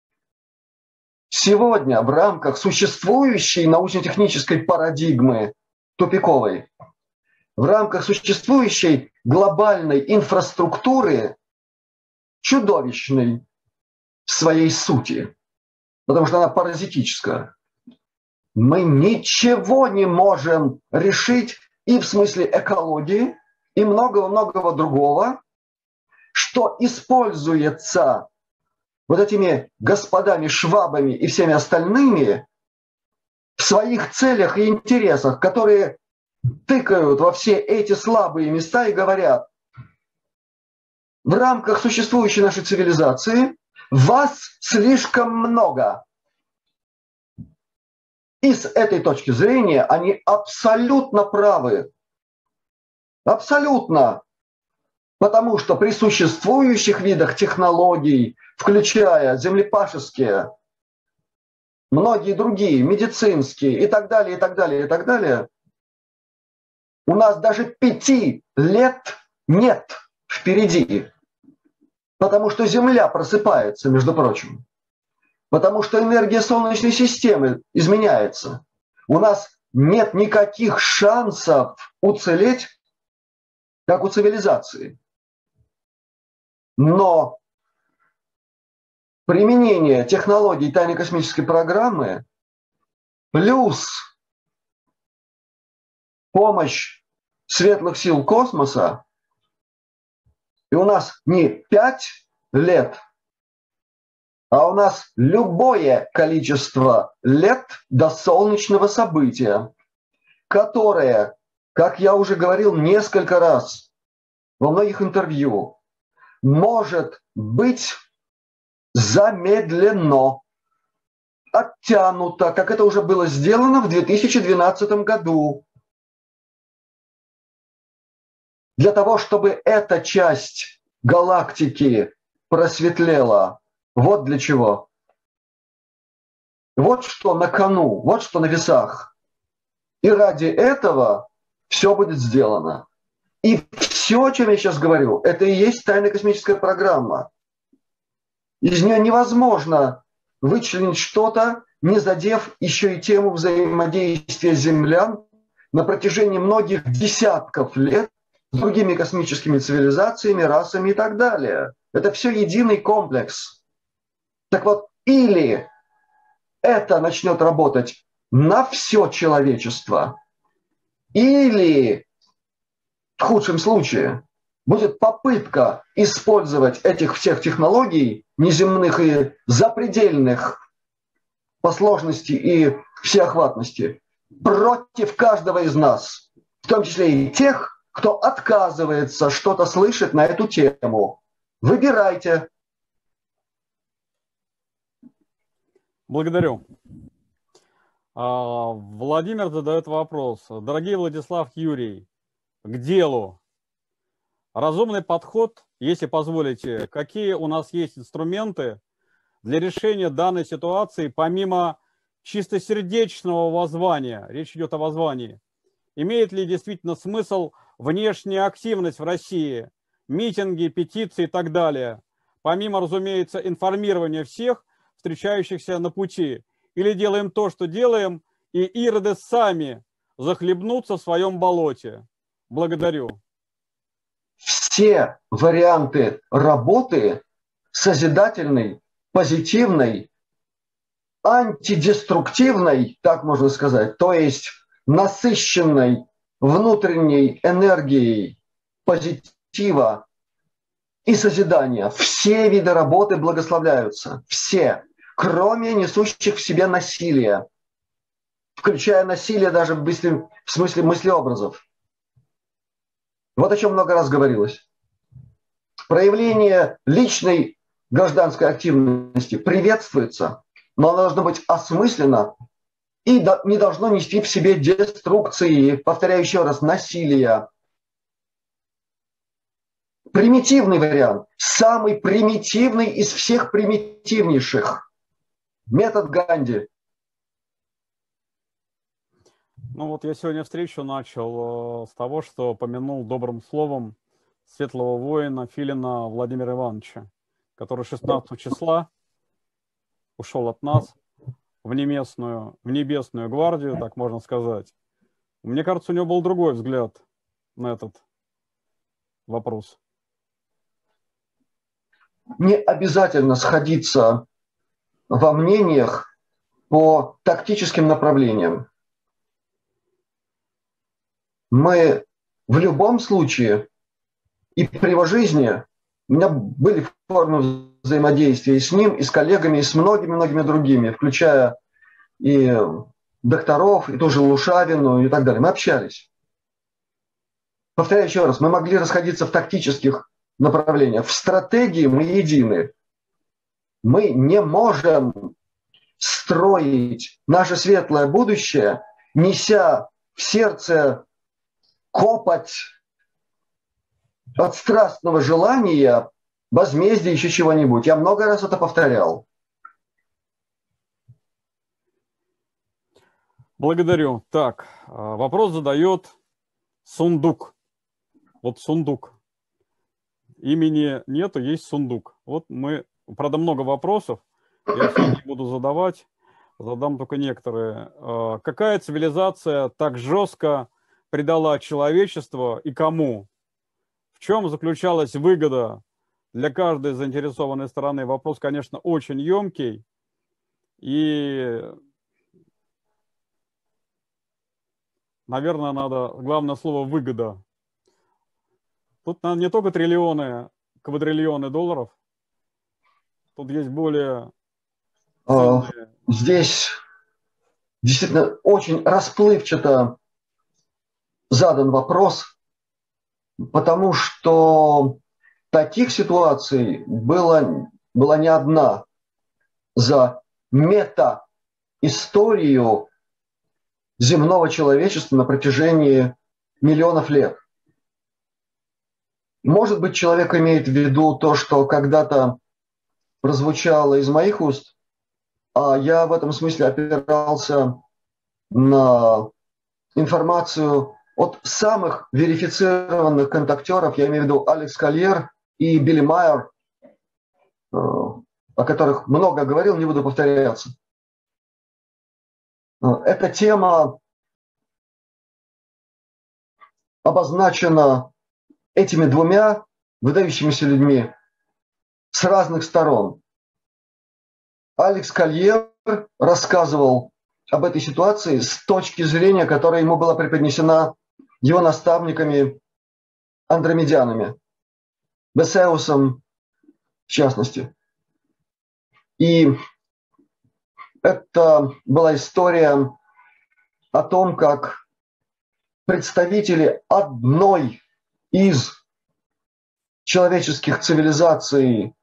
Сегодня в рамках существующей научно-технической парадигмы тупиковой, в рамках существующей глобальной инфраструктуры, чудовищной в своей сути, потому что она паразитическая, мы ничего не можем решить и в смысле экологии, и многого-многого другого, что используется вот этими господами, швабами и всеми остальными в своих целях и интересах, которые тыкают во все эти слабые места и говорят: в рамках существующей нашей цивилизации вас слишком много. И с этой точки зрения они абсолютно правы. Абсолютно. Потому что при существующих видах технологий, включая землепашеские, многие другие, медицинские и так далее, и так далее, и так далее, у нас даже 5 лет нет впереди. Потому что Земля просыпается, между прочим. Потому что энергия Солнечной системы изменяется. У нас нет никаких шансов уцелеть, как у цивилизации. Но применение технологий тайной космической программы плюс помощь светлых сил космоса, и у нас не 5 лет, а у нас любое количество лет до солнечного события, которое, как я уже говорил несколько раз, во многих интервью, может быть замедлено, оттянуто, как это уже было сделано в 2012 году. Для того, чтобы эта часть галактики просветлела. Вот для чего. Вот что на кону, вот что на весах. И ради этого все будет сделано. И все, о чем я сейчас говорю, это и есть тайная космическая программа. Из нее невозможно вычленить что-то, не задев еще и тему взаимодействия землян на протяжении многих десятков лет с другими космическими цивилизациями, расами и так далее. Это все единый комплекс. Так вот, или это начнет работать на все человечество, или в худшем случае будет попытка использовать этих всех технологий неземных и запредельных по сложности и всеохватности против каждого из нас, в том числе и тех, кто отказывается что-то слышать на эту тему. Выбирайте. Благодарю. Владимир задает вопрос. Дорогой Владислав Юрий, к делу. Разумный подход, если позволите, какие у нас есть инструменты для решения данной ситуации, помимо чистосердечного воззвания, речь идет о воззвании, имеет ли действительно смысл внешняя активность в России, митинги, петиции и так далее, помимо, разумеется, информирования всех, встречающихся на пути, или делаем то, что делаем, и ироды сами захлебнутся в своем болоте? Благодарю. Все варианты работы созидательной, позитивной, антидеструктивной, так можно сказать, то есть насыщенной внутренней энергией позитива и созидания. Все виды работы благословляются. Все. Кроме несущих в себе насилия. Включая насилие даже в смысле мыслеобразов. Вот о чем много раз говорилось. Проявление личной гражданской активности приветствуется, но оно должно быть осмысленно и не должно нести в себе деструкции, повторяю еще раз, насилия. Примитивный вариант, самый примитивный из всех примитивнейших. Метод Ганди. Ну вот я сегодня встречу начал с того, что помянул добрым словом светлого воина Филина Владимира Ивановича, который 16 числа ушел от нас в небесную гвардию, так можно сказать. Мне кажется, у него был другой взгляд на этот вопрос. Не обязательно сходиться во мнениях по тактическим направлениям. Мы в любом случае, и при его жизни, у меня были формы взаимодействия и с ним, и с коллегами, и с многими-многими другими, включая и докторов, и тоже Лушавину, и так далее. Мы общались. Повторяю еще раз, мы могли расходиться в тактических направлениях. В стратегии мы едины. Мы не можем строить наше светлое будущее, неся в сердце копоть от страстного желания, возмездия, еще чего-нибудь. Я много раз это повторял. Благодарю. Так, вопрос задает Сундук. Вот Сундук. Имени нету, есть Сундук. Вот мы, правда, много вопросов. Я все не буду задавать. Задам только некоторые. Какая цивилизация так жестко предала человечество и кому? В чем заключалась выгода для каждой заинтересованной стороны? Вопрос, конечно, очень емкий. И, наверное, надо, главное слово, выгода. Тут не только триллионы, квадриллионы долларов. Тут есть более ценные... Здесь действительно очень расплывчато задан вопрос. потому что таких ситуаций была не одна за мета-историю земного человечества на протяжении миллионов лет. Может быть, человек имеет в виду то, что когда-то прозвучало из моих уст, а я в этом смысле опирался на информацию от самых верифицированных контактеров, я имею в виду Алекс Кольер и Билли Майер, о которых много говорил, не буду повторяться. Эта тема обозначена этими двумя выдающимися людьми с разных сторон. Алекс Кольер рассказывал об этой ситуации с точки зрения, которая ему была преподнесена его наставниками андромедянами, Бесеусом в частности. И это была история о том, как представители одной из человеческих цивилизаций,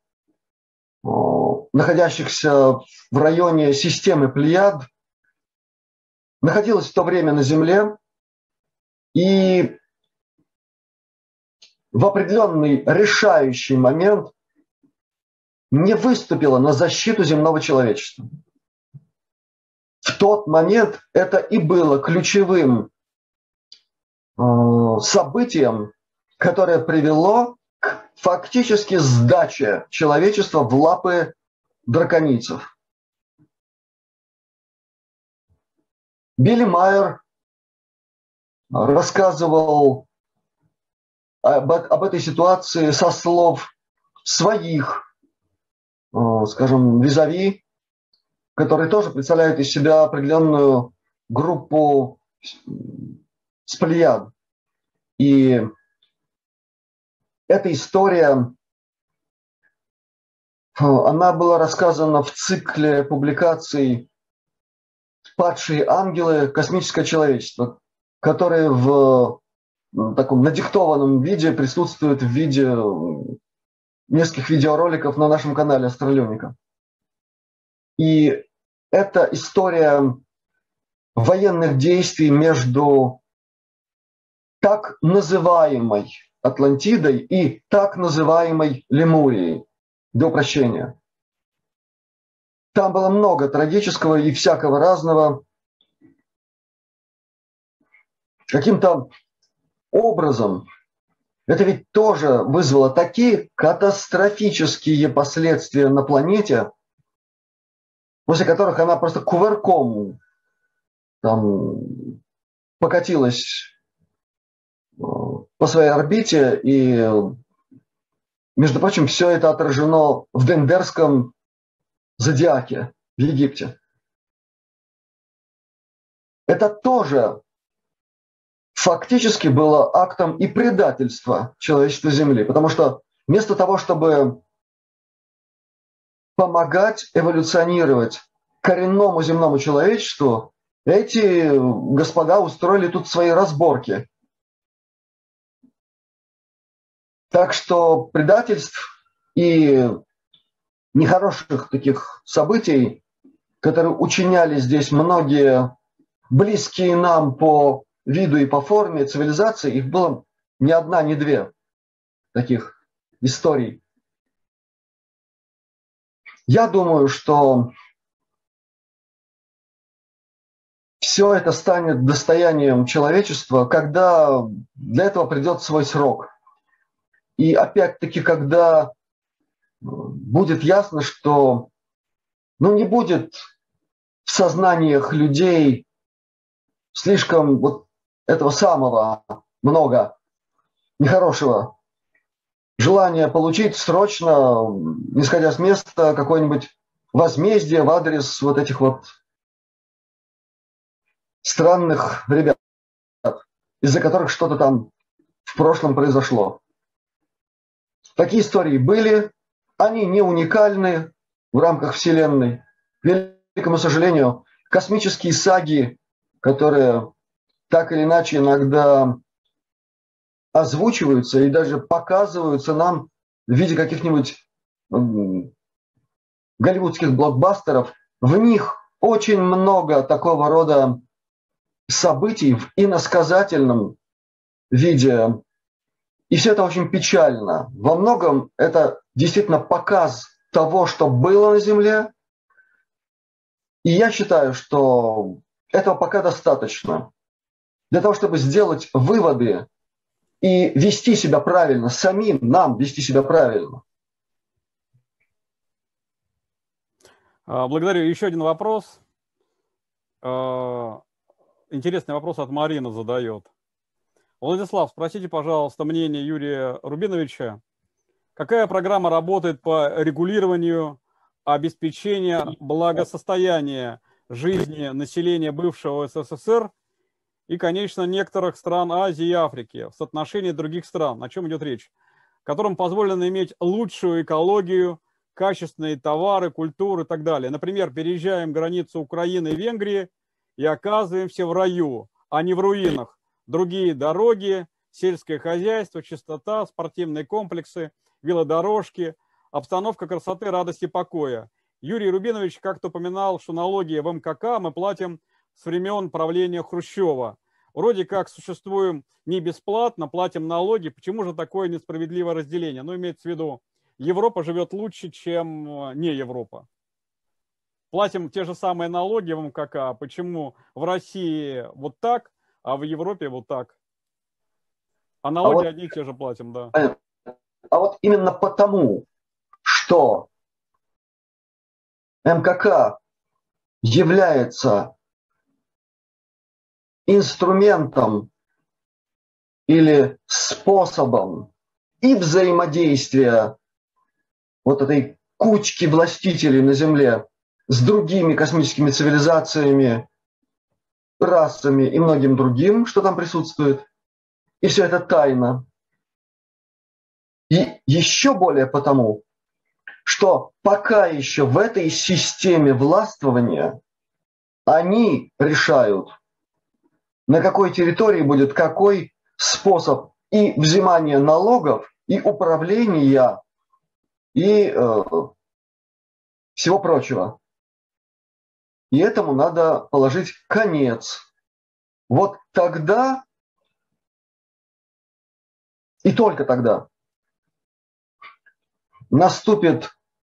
находящихся в районе системы Плеяд, находилась в то время на Земле и в определенный решающий момент не выступила на защиту земного человечества. В тот момент это и было ключевым событием, которое привело к фактически сдаче человечества в лапы драконицев. Билли Майер рассказывал об этой ситуации со слов своих, скажем, визави, которые тоже представляют из себя определенную группу с Плеяд. И эта история, она была рассказана в цикле публикаций «Падшие ангелы. Космическое человечество», которые в таком надиктованном виде присутствуют в виде нескольких видеороликов на нашем канале Астралёника. И это история военных действий между так называемой Атлантидой и так называемой Лемурией, до упрощения. Там было много трагического и всякого разного. Каким-то образом это ведь тоже вызвало такие катастрофические последствия на планете, после которых она просто кувырком там покатилась по своей орбите. И, между прочим, все это отражено в Дендерском зодиаке в Египте. Это тоже фактически было актом и предательства человечества Земли, потому что вместо того, чтобы помогать эволюционировать коренному земному человечеству, эти господа устроили тут свои разборки. Так что предательств и нехороших таких событий, которые учиняли здесь многие близкие нам по виду и по форме цивилизации, их было не одна, не две таких историй. Я думаю, что все это станет достоянием человечества, когда для этого придет свой срок. И опять-таки, когда будет ясно, что не будет в сознаниях людей слишком вот этого самого много нехорошего желания получить срочно, не сходя с места, какое-нибудь возмездие в адрес вот этих вот странных ребят, из-за которых что-то там в прошлом произошло. Такие истории были, они не уникальны в рамках Вселенной. К великому сожалению, космические саги, которые так или иначе иногда озвучиваются и даже показываются нам в виде каких-нибудь голливудских блокбастеров, в них очень много такого рода событий в иносказательном виде. И все это очень печально. Во многом это действительно показ того, что было на Земле. И я считаю, что этого пока достаточно для того, чтобы сделать выводы и вести себя правильно, самим нам вести себя правильно. Благодарю. Еще один вопрос. Интересный вопрос от Марины задает. Владислав, спросите, пожалуйста, мнение Юрия Рубиновича. Какая программа работает по регулированию обеспечения благосостояния жизни населения бывшего СССР и, конечно, некоторых стран Азии и Африки в соотношении других стран, о чем идет речь, которым позволено иметь лучшую экологию, качественные товары, культуру и так далее. Например, переезжаем границу Украины и Венгрии и оказываемся в раю, а не в руинах. Другие дороги, сельское хозяйство, чистота, спортивные комплексы, велодорожки, обстановка красоты, радости, покоя. Юрий Рубинович как-то упоминал, что налоги в МКК мы платим с времен правления Хрущева. Вроде как существуем не бесплатно, платим налоги. Почему же такое несправедливое разделение? Ну, имеется в виду, Европа живет лучше, чем не Европа. Платим те же самые налоги в МКК. Почему в России вот так, а в Европе вот так? А налоги одни и те же платим, да. А вот именно потому, что МКК является инструментом или способом и взаимодействия вот этой кучки властителей на Земле с другими космическими цивилизациями, расами и многим другим, что там присутствует. И все это тайна. И еще более потому, что пока еще в этой системе властвования они решают, на какой территории будет какой способ и взимания налогов, и управления, и всего прочего. И этому надо положить конец. Вот тогда, и только тогда, наступят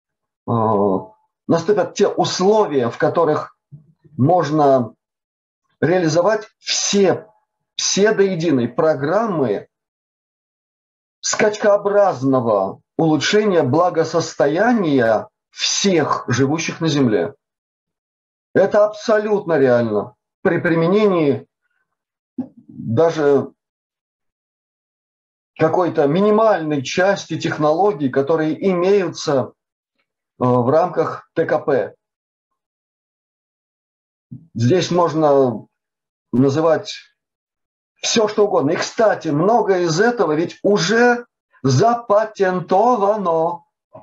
те условия, в которых можно реализовать все до единой программы скачкообразного улучшения благосостояния всех живущих на Земле. Это абсолютно реально при применении даже какой-то минимальной части технологий, которые имеются в рамках ТКП. Здесь можно называть все, что угодно. И, кстати, многое из этого ведь уже запатентовано.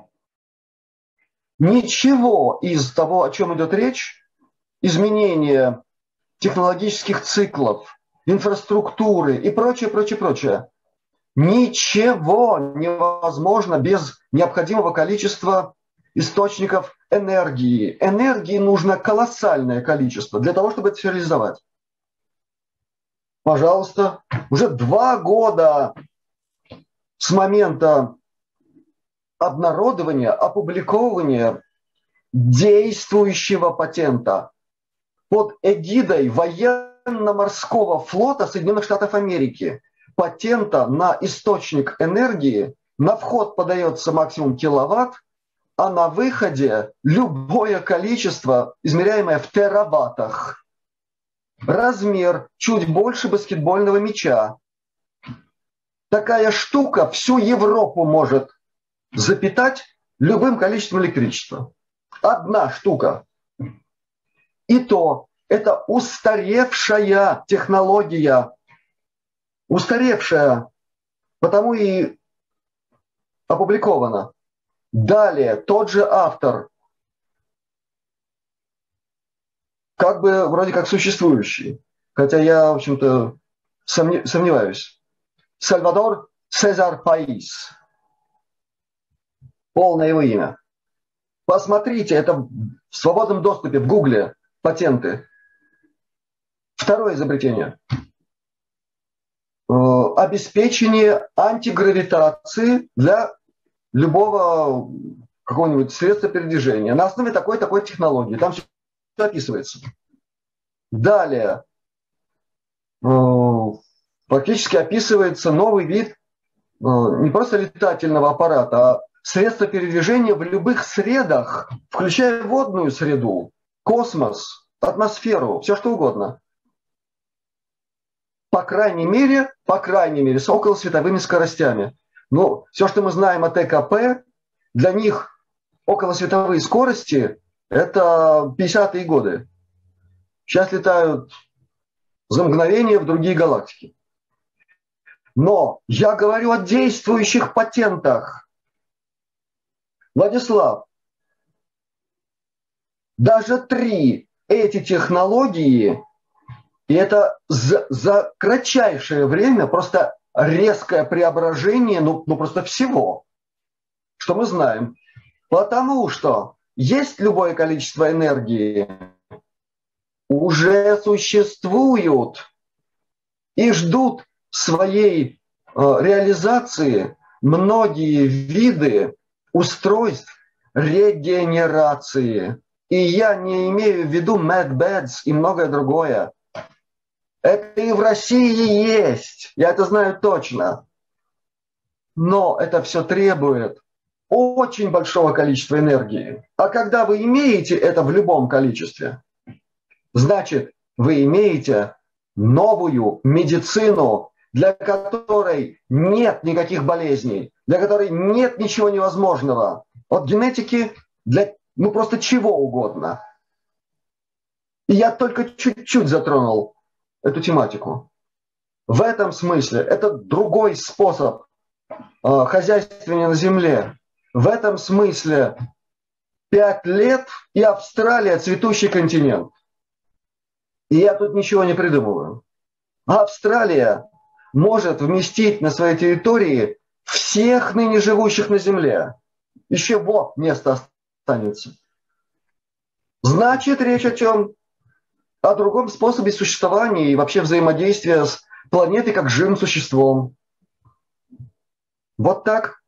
Ничего из того, о чем идет речь, изменение технологических циклов, инфраструктуры и прочее, ничего невозможно без необходимого количества источников энергии. Энергии нужно колоссальное количество для того, чтобы это все реализовать. Пожалуйста, уже 2 года с момента обнародования, опубликовывания действующего патента под эгидой военно-морского флота Соединенных Штатов Америки, патента на источник энергии, на вход подается максимум киловатт, а на выходе любое количество, измеряемое в тераваттах. Размер чуть больше баскетбольного мяча. Такая штука всю Европу может запитать любым количеством электричества. Одна штука. И то это устаревшая технология. Устаревшая. Потому и опубликована. Далее тот же автор, как бы вроде как существующий, хотя я, в общем-то, сомневаюсь. Сальвадор Сезар Паис. Полное его имя. Посмотрите, это в свободном доступе в Гугле, патенты. Второе изобретение. Обеспечение антигравитации для любого какого-нибудь средства передвижения на основе такой технологии. Там все описывается. Далее. Фактически описывается новый вид не просто летательного аппарата, а средства передвижения в любых средах, включая водную среду, космос, атмосферу, все что угодно. По крайней мере, с околосветовыми скоростями. Ну, все, что мы знаем о ТКП, для них околосветовые скорости – это 50-е годы. Сейчас летают за мгновение в другие галактики. Но я говорю о действующих патентах. Владислав, даже 3 эти технологии, и это за кратчайшее время просто резкое преображение, ну просто всего, что мы знаем. Потому что есть любое количество энергии, уже существуют и ждут своей реализации многие виды устройств регенерации. И я не имею в виду MedBeds и многое другое. Это и в России есть, я это знаю точно. Но это все требует очень большого количества энергии. А когда вы имеете это в любом количестве, значит, вы имеете новую медицину, для которой нет никаких болезней, для которой нет ничего невозможного. От генетики для просто чего угодно. И я только чуть-чуть затронул эту тематику. В этом смысле это другой способ хозяйствования на Земле. В этом смысле 5 лет и Австралия цветущий континент. И я тут ничего не придумываю. Австралия может вместить на своей территории всех ныне живущих на Земле. Еще вот место останется. Значит, речь о чем? О другом способе существования и вообще взаимодействия с планетой как живым существом. Вот так.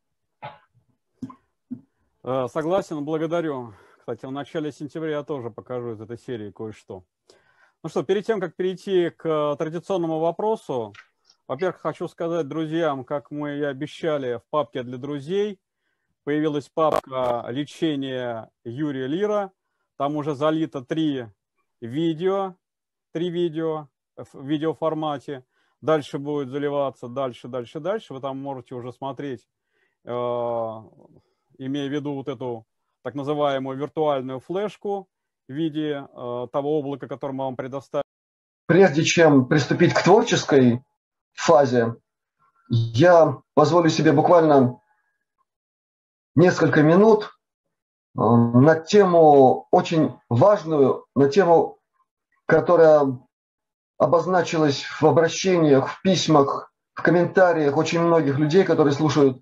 Согласен, благодарю. Кстати, в начале сентября я тоже покажу из этой серии кое-что. Ну что, перед тем, как перейти к традиционному вопросу, во-первых, хочу сказать друзьям, как мы и обещали, в папке для друзей появилась папка «Лечение Юрия Лира». Там уже залито 3 видео в видеоформате. Дальше будет заливаться, дальше. Вы там можете уже смотреть, имея в виду вот эту так называемую виртуальную флешку в виде того облака, которое мы вам предоставим. Прежде чем приступить к творческой фазе, я позволю себе буквально несколько минут на тему очень важную, на тему, которая обозначилась в обращениях, в письмах, в комментариях очень многих людей, которые слушают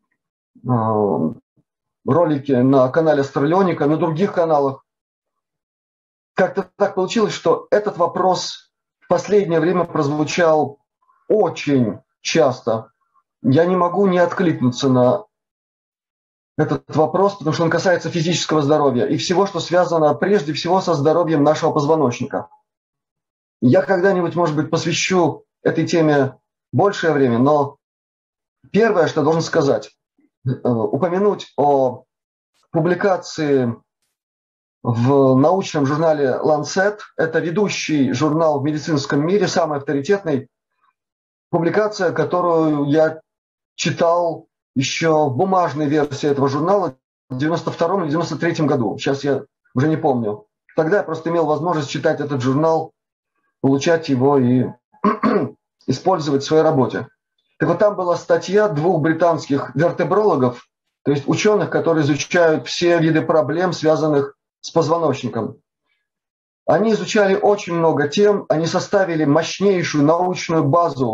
ролики на канале Астралионика, на других каналах. Как-то так получилось, что этот вопрос в последнее время прозвучал очень часто. Я не могу не откликнуться на этот вопрос, потому что он касается физического здоровья и всего, что связано прежде всего со здоровьем нашего позвоночника. Я когда-нибудь, может быть, посвящу этой теме большее время, но первое, что я должен сказать, упомянуть о публикации в научном журнале Lancet. Это ведущий журнал в медицинском мире, самый авторитетный. Публикация, которую я читал еще в бумажной версии этого журнала в 92-м или 93-м году. Сейчас я уже не помню. Тогда я просто имел возможность читать этот журнал, получать его и использовать в своей работе. Так вот, там была статья 2 британских вертебрологов, то есть ученых, которые изучают все виды проблем, связанных с позвоночником. Они изучали очень много тем, они составили мощнейшую научную базу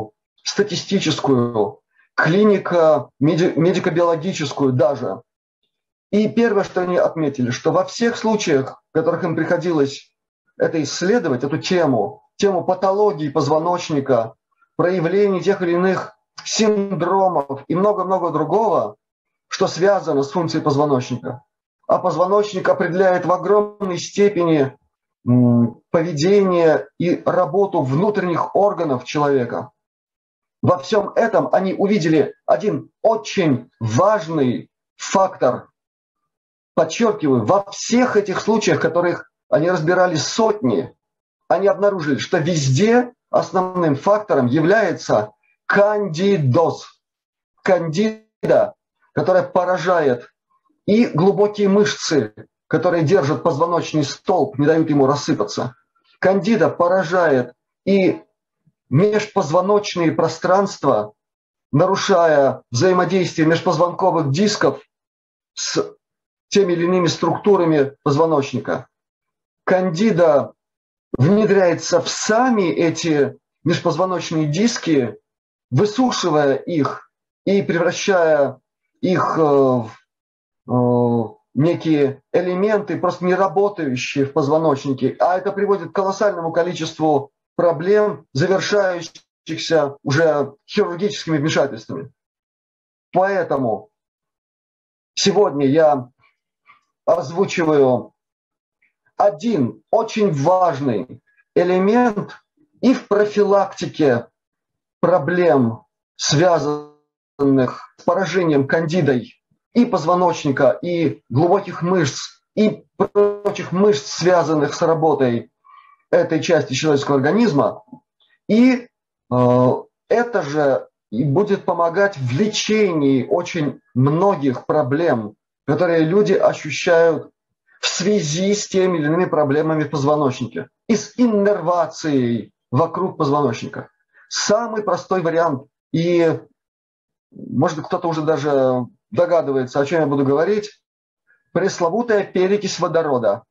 статистическую, медико-биологическую даже. И первое, что они отметили, что во всех случаях, в которых им приходилось это исследовать, эту тему патологии позвоночника, проявлений тех или иных синдромов и много-много другого, что связано с функцией позвоночника. А позвоночник определяет в огромной степени поведение и работу внутренних органов человека. Во всем этом они увидели один очень важный фактор. Подчеркиваю, во всех этих случаях, которых они разбирали сотни, они обнаружили, что везде основным фактором является кандидоз. Кандида, которая поражает и глубокие мышцы, которые держат позвоночный столб, не дают ему рассыпаться. Кандида поражает и межпозвоночные пространства, нарушая взаимодействие межпозвонковых дисков с теми или иными структурами позвоночника. Кандида внедряется в сами эти межпозвоночные диски, высушивая их и превращая их в некие элементы, просто не работающие в позвоночнике. А это приводит к колоссальному количеству проблем, завершающихся уже хирургическими вмешательствами. Поэтому сегодня я озвучиваю один очень важный элемент и в профилактике проблем, связанных с поражением кандидой и позвоночника, и глубоких мышц, и прочих мышц, связанных с работой этой части человеческого организма. И это же и будет помогать в лечении очень многих проблем, которые люди ощущают в связи с теми или иными проблемами в позвоночнике и с иннервацией вокруг позвоночника. Самый простой вариант, и может быть кто-то уже даже догадывается, о чем я буду говорить, пресловутая перекись водорода.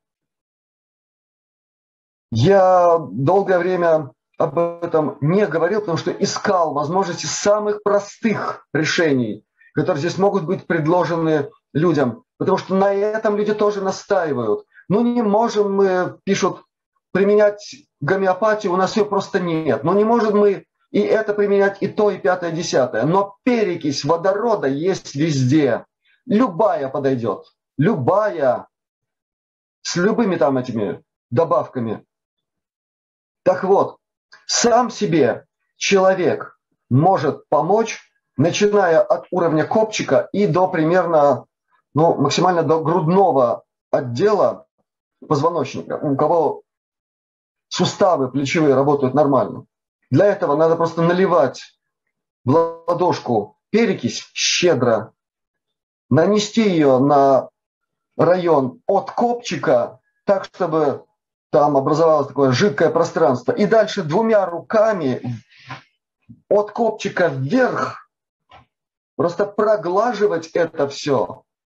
Я долгое время об этом не говорил, потому что искал возможности самых простых решений, которые здесь могут быть предложены людям. Потому что на этом люди тоже настаивают. Ну не можем мы, пишут, применять гомеопатию, у нас ее просто нет. Ну не можем мы и это применять, и то, и пятое, и десятое. Но перекись водорода есть везде. Любая подойдет. Любая. С любыми там этими добавками. Так вот, сам себе человек может помочь, начиная от уровня копчика и до примерно, максимально до грудного отдела позвоночника, у кого суставы плечевые работают нормально. Для этого надо просто наливать в ладошку перекись щедро, нанести ее на район от копчика, так, чтобы там образовалось такое жидкое пространство. И дальше двумя руками от копчика вверх просто проглаживать это все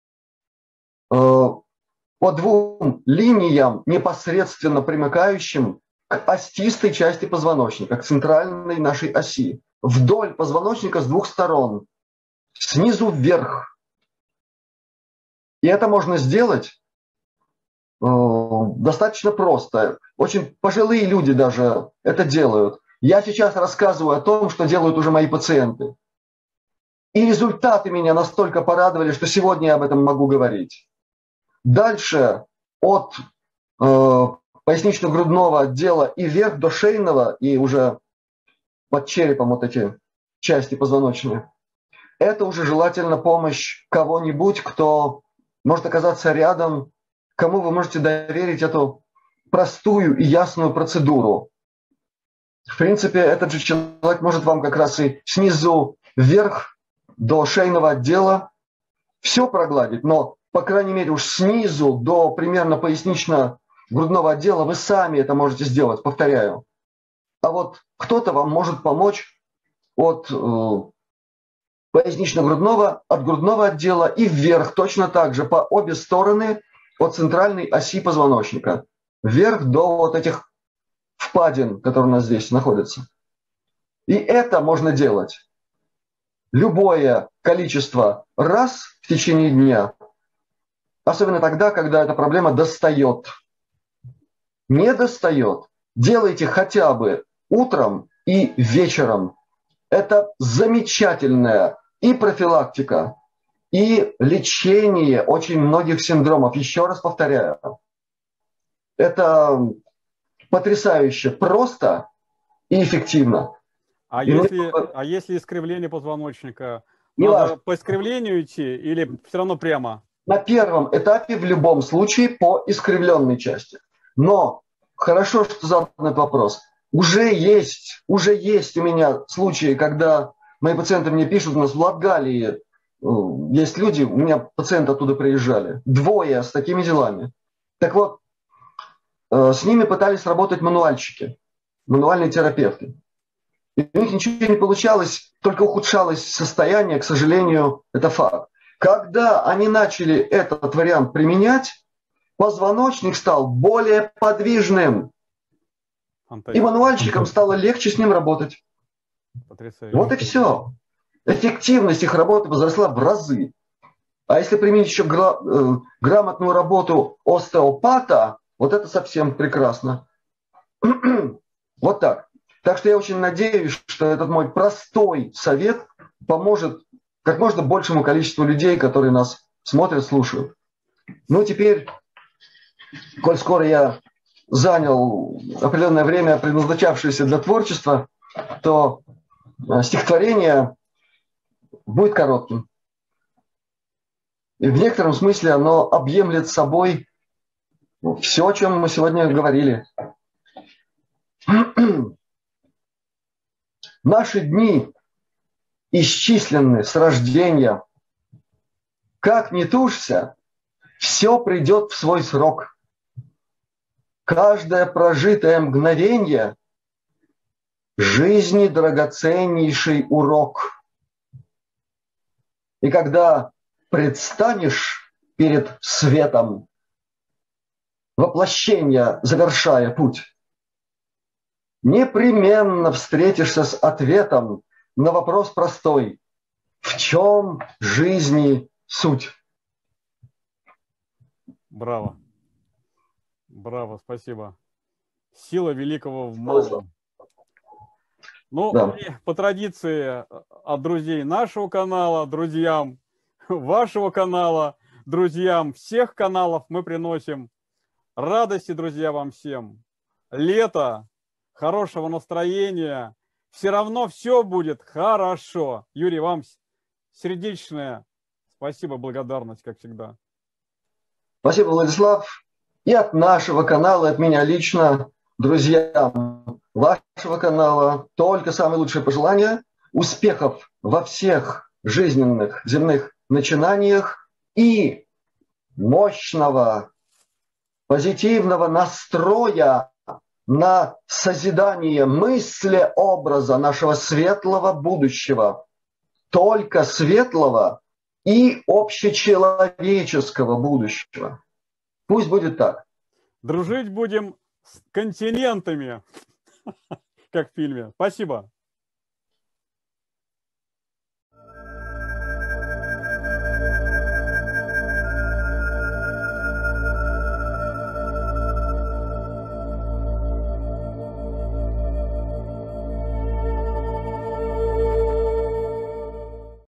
по двум линиям, непосредственно примыкающим к остистой части позвоночника, к центральной нашей оси. Вдоль позвоночника с двух сторон, снизу вверх. И это можно сделать достаточно просто. Очень пожилые люди даже это делают. Я сейчас рассказываю о том, что делают уже мои пациенты. И результаты меня настолько порадовали, что сегодня я об этом могу говорить. Дальше от пояснично-грудного отдела и вверх до шейного, и уже под черепом вот эти части позвоночные. Это уже желательно помощь кого-нибудь, кто может оказаться рядом, кому вы можете доверить эту простую и ясную процедуру. В принципе, этот же человек может вам как раз и снизу вверх до шейного отдела все прогладить, но, по крайней мере, уж снизу до примерно пояснично-грудного отдела вы сами это можете сделать, повторяю. А вот кто-то вам может помочь от пояснично-грудного, от грудного отдела и вверх точно так же по обе стороны от центральной оси позвоночника. Вверх до вот этих впадин, которые у нас здесь находятся. И это можно делать любое количество раз в течение дня, особенно тогда, когда эта проблема достает. Не достает. Делайте хотя бы утром и вечером. Это замечательная и профилактика, и лечение очень многих синдромов. Еще раз повторяю, это потрясающе просто и эффективно. А если искривление позвоночника, Не надо важно. по искривлению идти или все равно прямо? На первом этапе в любом случае по искривленной части. Но хорошо, что задан этот вопрос. Уже есть у меня случаи, когда мои пациенты мне пишут, у нас в Латгалии есть люди, у меня пациенты оттуда приезжали, 2 с такими делами. Так вот, с ними пытались работать мануальщики, мануальные терапевты. И у них ничего не получалось, только ухудшалось состояние, к сожалению, это факт. Когда они начали этот вариант применять, позвоночник стал более подвижным. И мануальщикам стало легче с ним работать. Потрясающе. Вот и все. Эффективность их работы возросла в разы. А если применить еще грамотную работу остеопата, вот это совсем прекрасно. Вот так. Так что я очень надеюсь, что этот мой простой совет поможет как можно большему количеству людей, которые нас смотрят, слушают. Ну, теперь, коль скоро я занял определенное время, предназначавшееся для творчества, то стихотворение будет коротким. И в некотором смысле оно объемлет собой все, о чем мы сегодня говорили. Наши дни исчисленны с рождения. Как ни тужься, все придет в свой срок. Каждое прожитое мгновение жизни драгоценнейший урок. И когда предстанешь перед светом, воплощения завершая путь, непременно встретишься с ответом на вопрос простой: в чем жизни суть? Браво. Браво, спасибо. Сила великого в малом. Ну, Да. по традиции от друзей нашего канала, друзьям вашего канала, друзьям всех каналов мы приносим радости, друзья, вам всем. Лето, хорошего настроения. Все равно все будет хорошо. Юрий, вам сердечное спасибо, благодарность, как всегда. Спасибо, Владислав. И от нашего канала, от меня лично, друзьям вашего канала, только самые лучшие пожелания. Успехов во всех жизненных земных начинаниях и мощного, позитивного настроя на созидание мысли образа нашего светлого будущего. Только светлого и общечеловеческого будущего. Пусть будет так. Дружить будем с континентами, как в фильме. Спасибо.